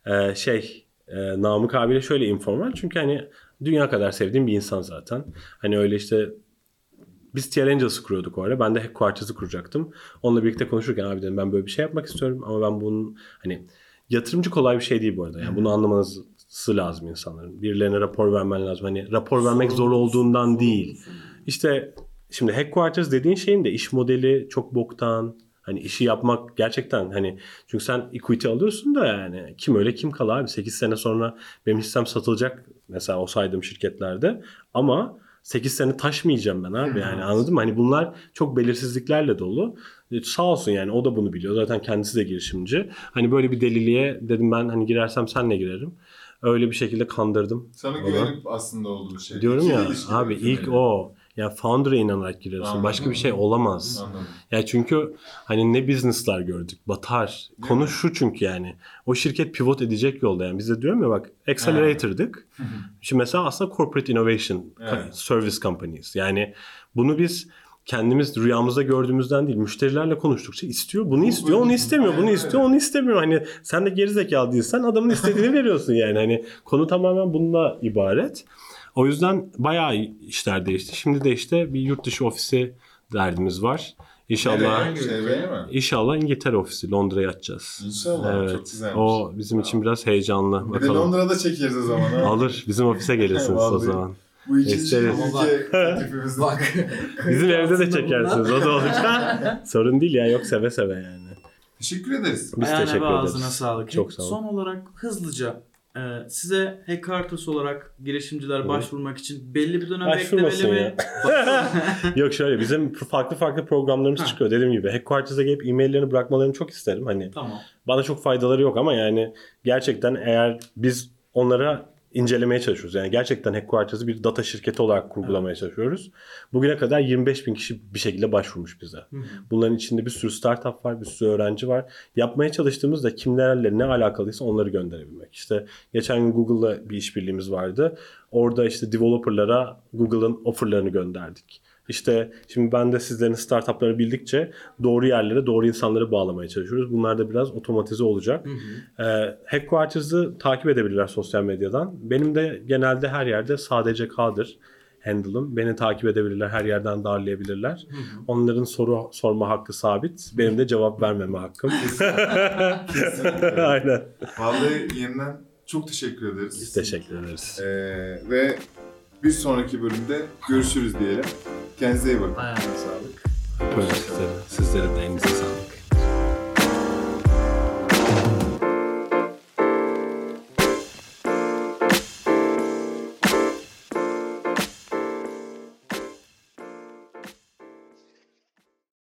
Namık abiyle şöyle informal. Çünkü hani dünya kadar sevdiğim bir insan zaten. Hani öyle işte biz TR Angels'ı kuruyorduk o ara. Ben de Headquarters'ı kuracaktım. Onunla birlikte konuşurken abi dedim ben böyle bir şey yapmak istiyorum ama ben bunun hani yatırımcı kolay bir şey değil bu arada. Yani bunu anlamanız lazım insanların. Birilerine rapor vermen lazım. Hani rapor vermek zor olduğundan değil. İşte şimdi Headquarters dediğin şeyin de iş modeli çok boktan. Hani işi yapmak gerçekten hani çünkü sen equity alıyorsun da yani kim öyle kim kal abi 8 sene sonra benim hissem satılacak mesela o saydığım şirketlerde ama 8 sene taşmayacağım ben abi yani, anladın mı? Hani bunlar çok belirsizliklerle dolu. Sağ olsun yani, o da bunu biliyor. Zaten kendisi de girişimci. Hani böyle bir deliliğe dedim ben, hani girersem senle girerim. Öyle bir şekilde kandırdım. Sana güvenip aslında olduğu bir şey. Diyorum ya ilişki abi, ilk yönetimi. o. Ya founder'a inanarak giriyorsun. Anladım. Başka bir şey olamaz. Anladım. Ya çünkü hani ne business'lar gördük. Batar. Konu şu çünkü yani. O şirket pivot edecek yolda. Yani biz de diyorum ya bak, accelerator'dık. Şimdi mesela aslında corporate innovation service companies. Yani bunu biz kendimiz rüyamızda gördüğümüzden değil, müşterilerle konuştukça istiyor. Bunu istiyor, onu istemiyor. Bunu istiyor, onu istemiyor. Hani sen de gerizekalı değilsen adamın istediğini veriyorsun yani. Hani konu tamamen bununla ibaret. O yüzden bayağı işler değişti. Şimdi de işte bir yurt dışı ofisi derdimiz var. İnşallah İnşallah İngiltere ofisi, Londra'ya açacağız. İnşallah. Evet. Çok güzelmiş. O bizim için biraz heyecanlı. Bir de Londra'da çekeriz o zaman. Ha? Alır. Bizim ofise gelirsiniz o zaman. Bu ikinci İsteriz. ülke teklifimiz. Bak. Bizim evde de çekersiniz. O da olacak. Sorun değil ya. Yok, seve seve yani. Teşekkür ederiz. Biz Ayağına teşekkür ve ederiz. ağzına sağlık. Çok sağ olun. Son olarak hızlıca size Hackartos olarak girişimciler başvurmak için belli bir dönem Başvurmasın beklemeli mi? Yok şöyle, bizim farklı programlarımız çıkıyor. Dediğim gibi Headquarters'a gelip e-maillerini bırakmalarını çok isterim. Hani Tamam. bana çok faydaları yok ama yani gerçekten eğer biz onlara incelemeye çalışıyoruz. Yani gerçekten Headquarters'ı bir data şirketi olarak kurgulamaya çalışıyoruz. Bugüne kadar 25.000 kişi bir şekilde başvurmuş bize. Bunların içinde bir sürü startup var, bir sürü öğrenci var. Yapmaya çalıştığımızda kimlerle ne alakalıysa onları gönderebilmek. İşte geçen gün Google'la bir işbirliğimiz vardı. Orada işte developerlara Google'ın offerlarını gönderdik. İşte şimdi ben de sizlerin startupları bildikçe doğru yerlere, doğru insanları bağlamaya çalışıyoruz. Bunlar da biraz otomatize olacak. Headquarters'ı takip edebilirler sosyal medyadan. Benim de genelde her yerde sadece K'dır handle'ım. Beni takip edebilirler, her yerden darlayabilirler. Onların soru sorma hakkı sabit. Benim de cevap vermeme hakkım. Kesinlikle. Aynen. Vallahi yeniden çok teşekkür ederiz. Biz teşekkür ederiz. Ve bir sonraki bölümde görüşürüz diyelim. Kendinize iyi bakın. Ayağına sağlık. Öpüyoruz sizleri. Sizlerin de elinize sağlık.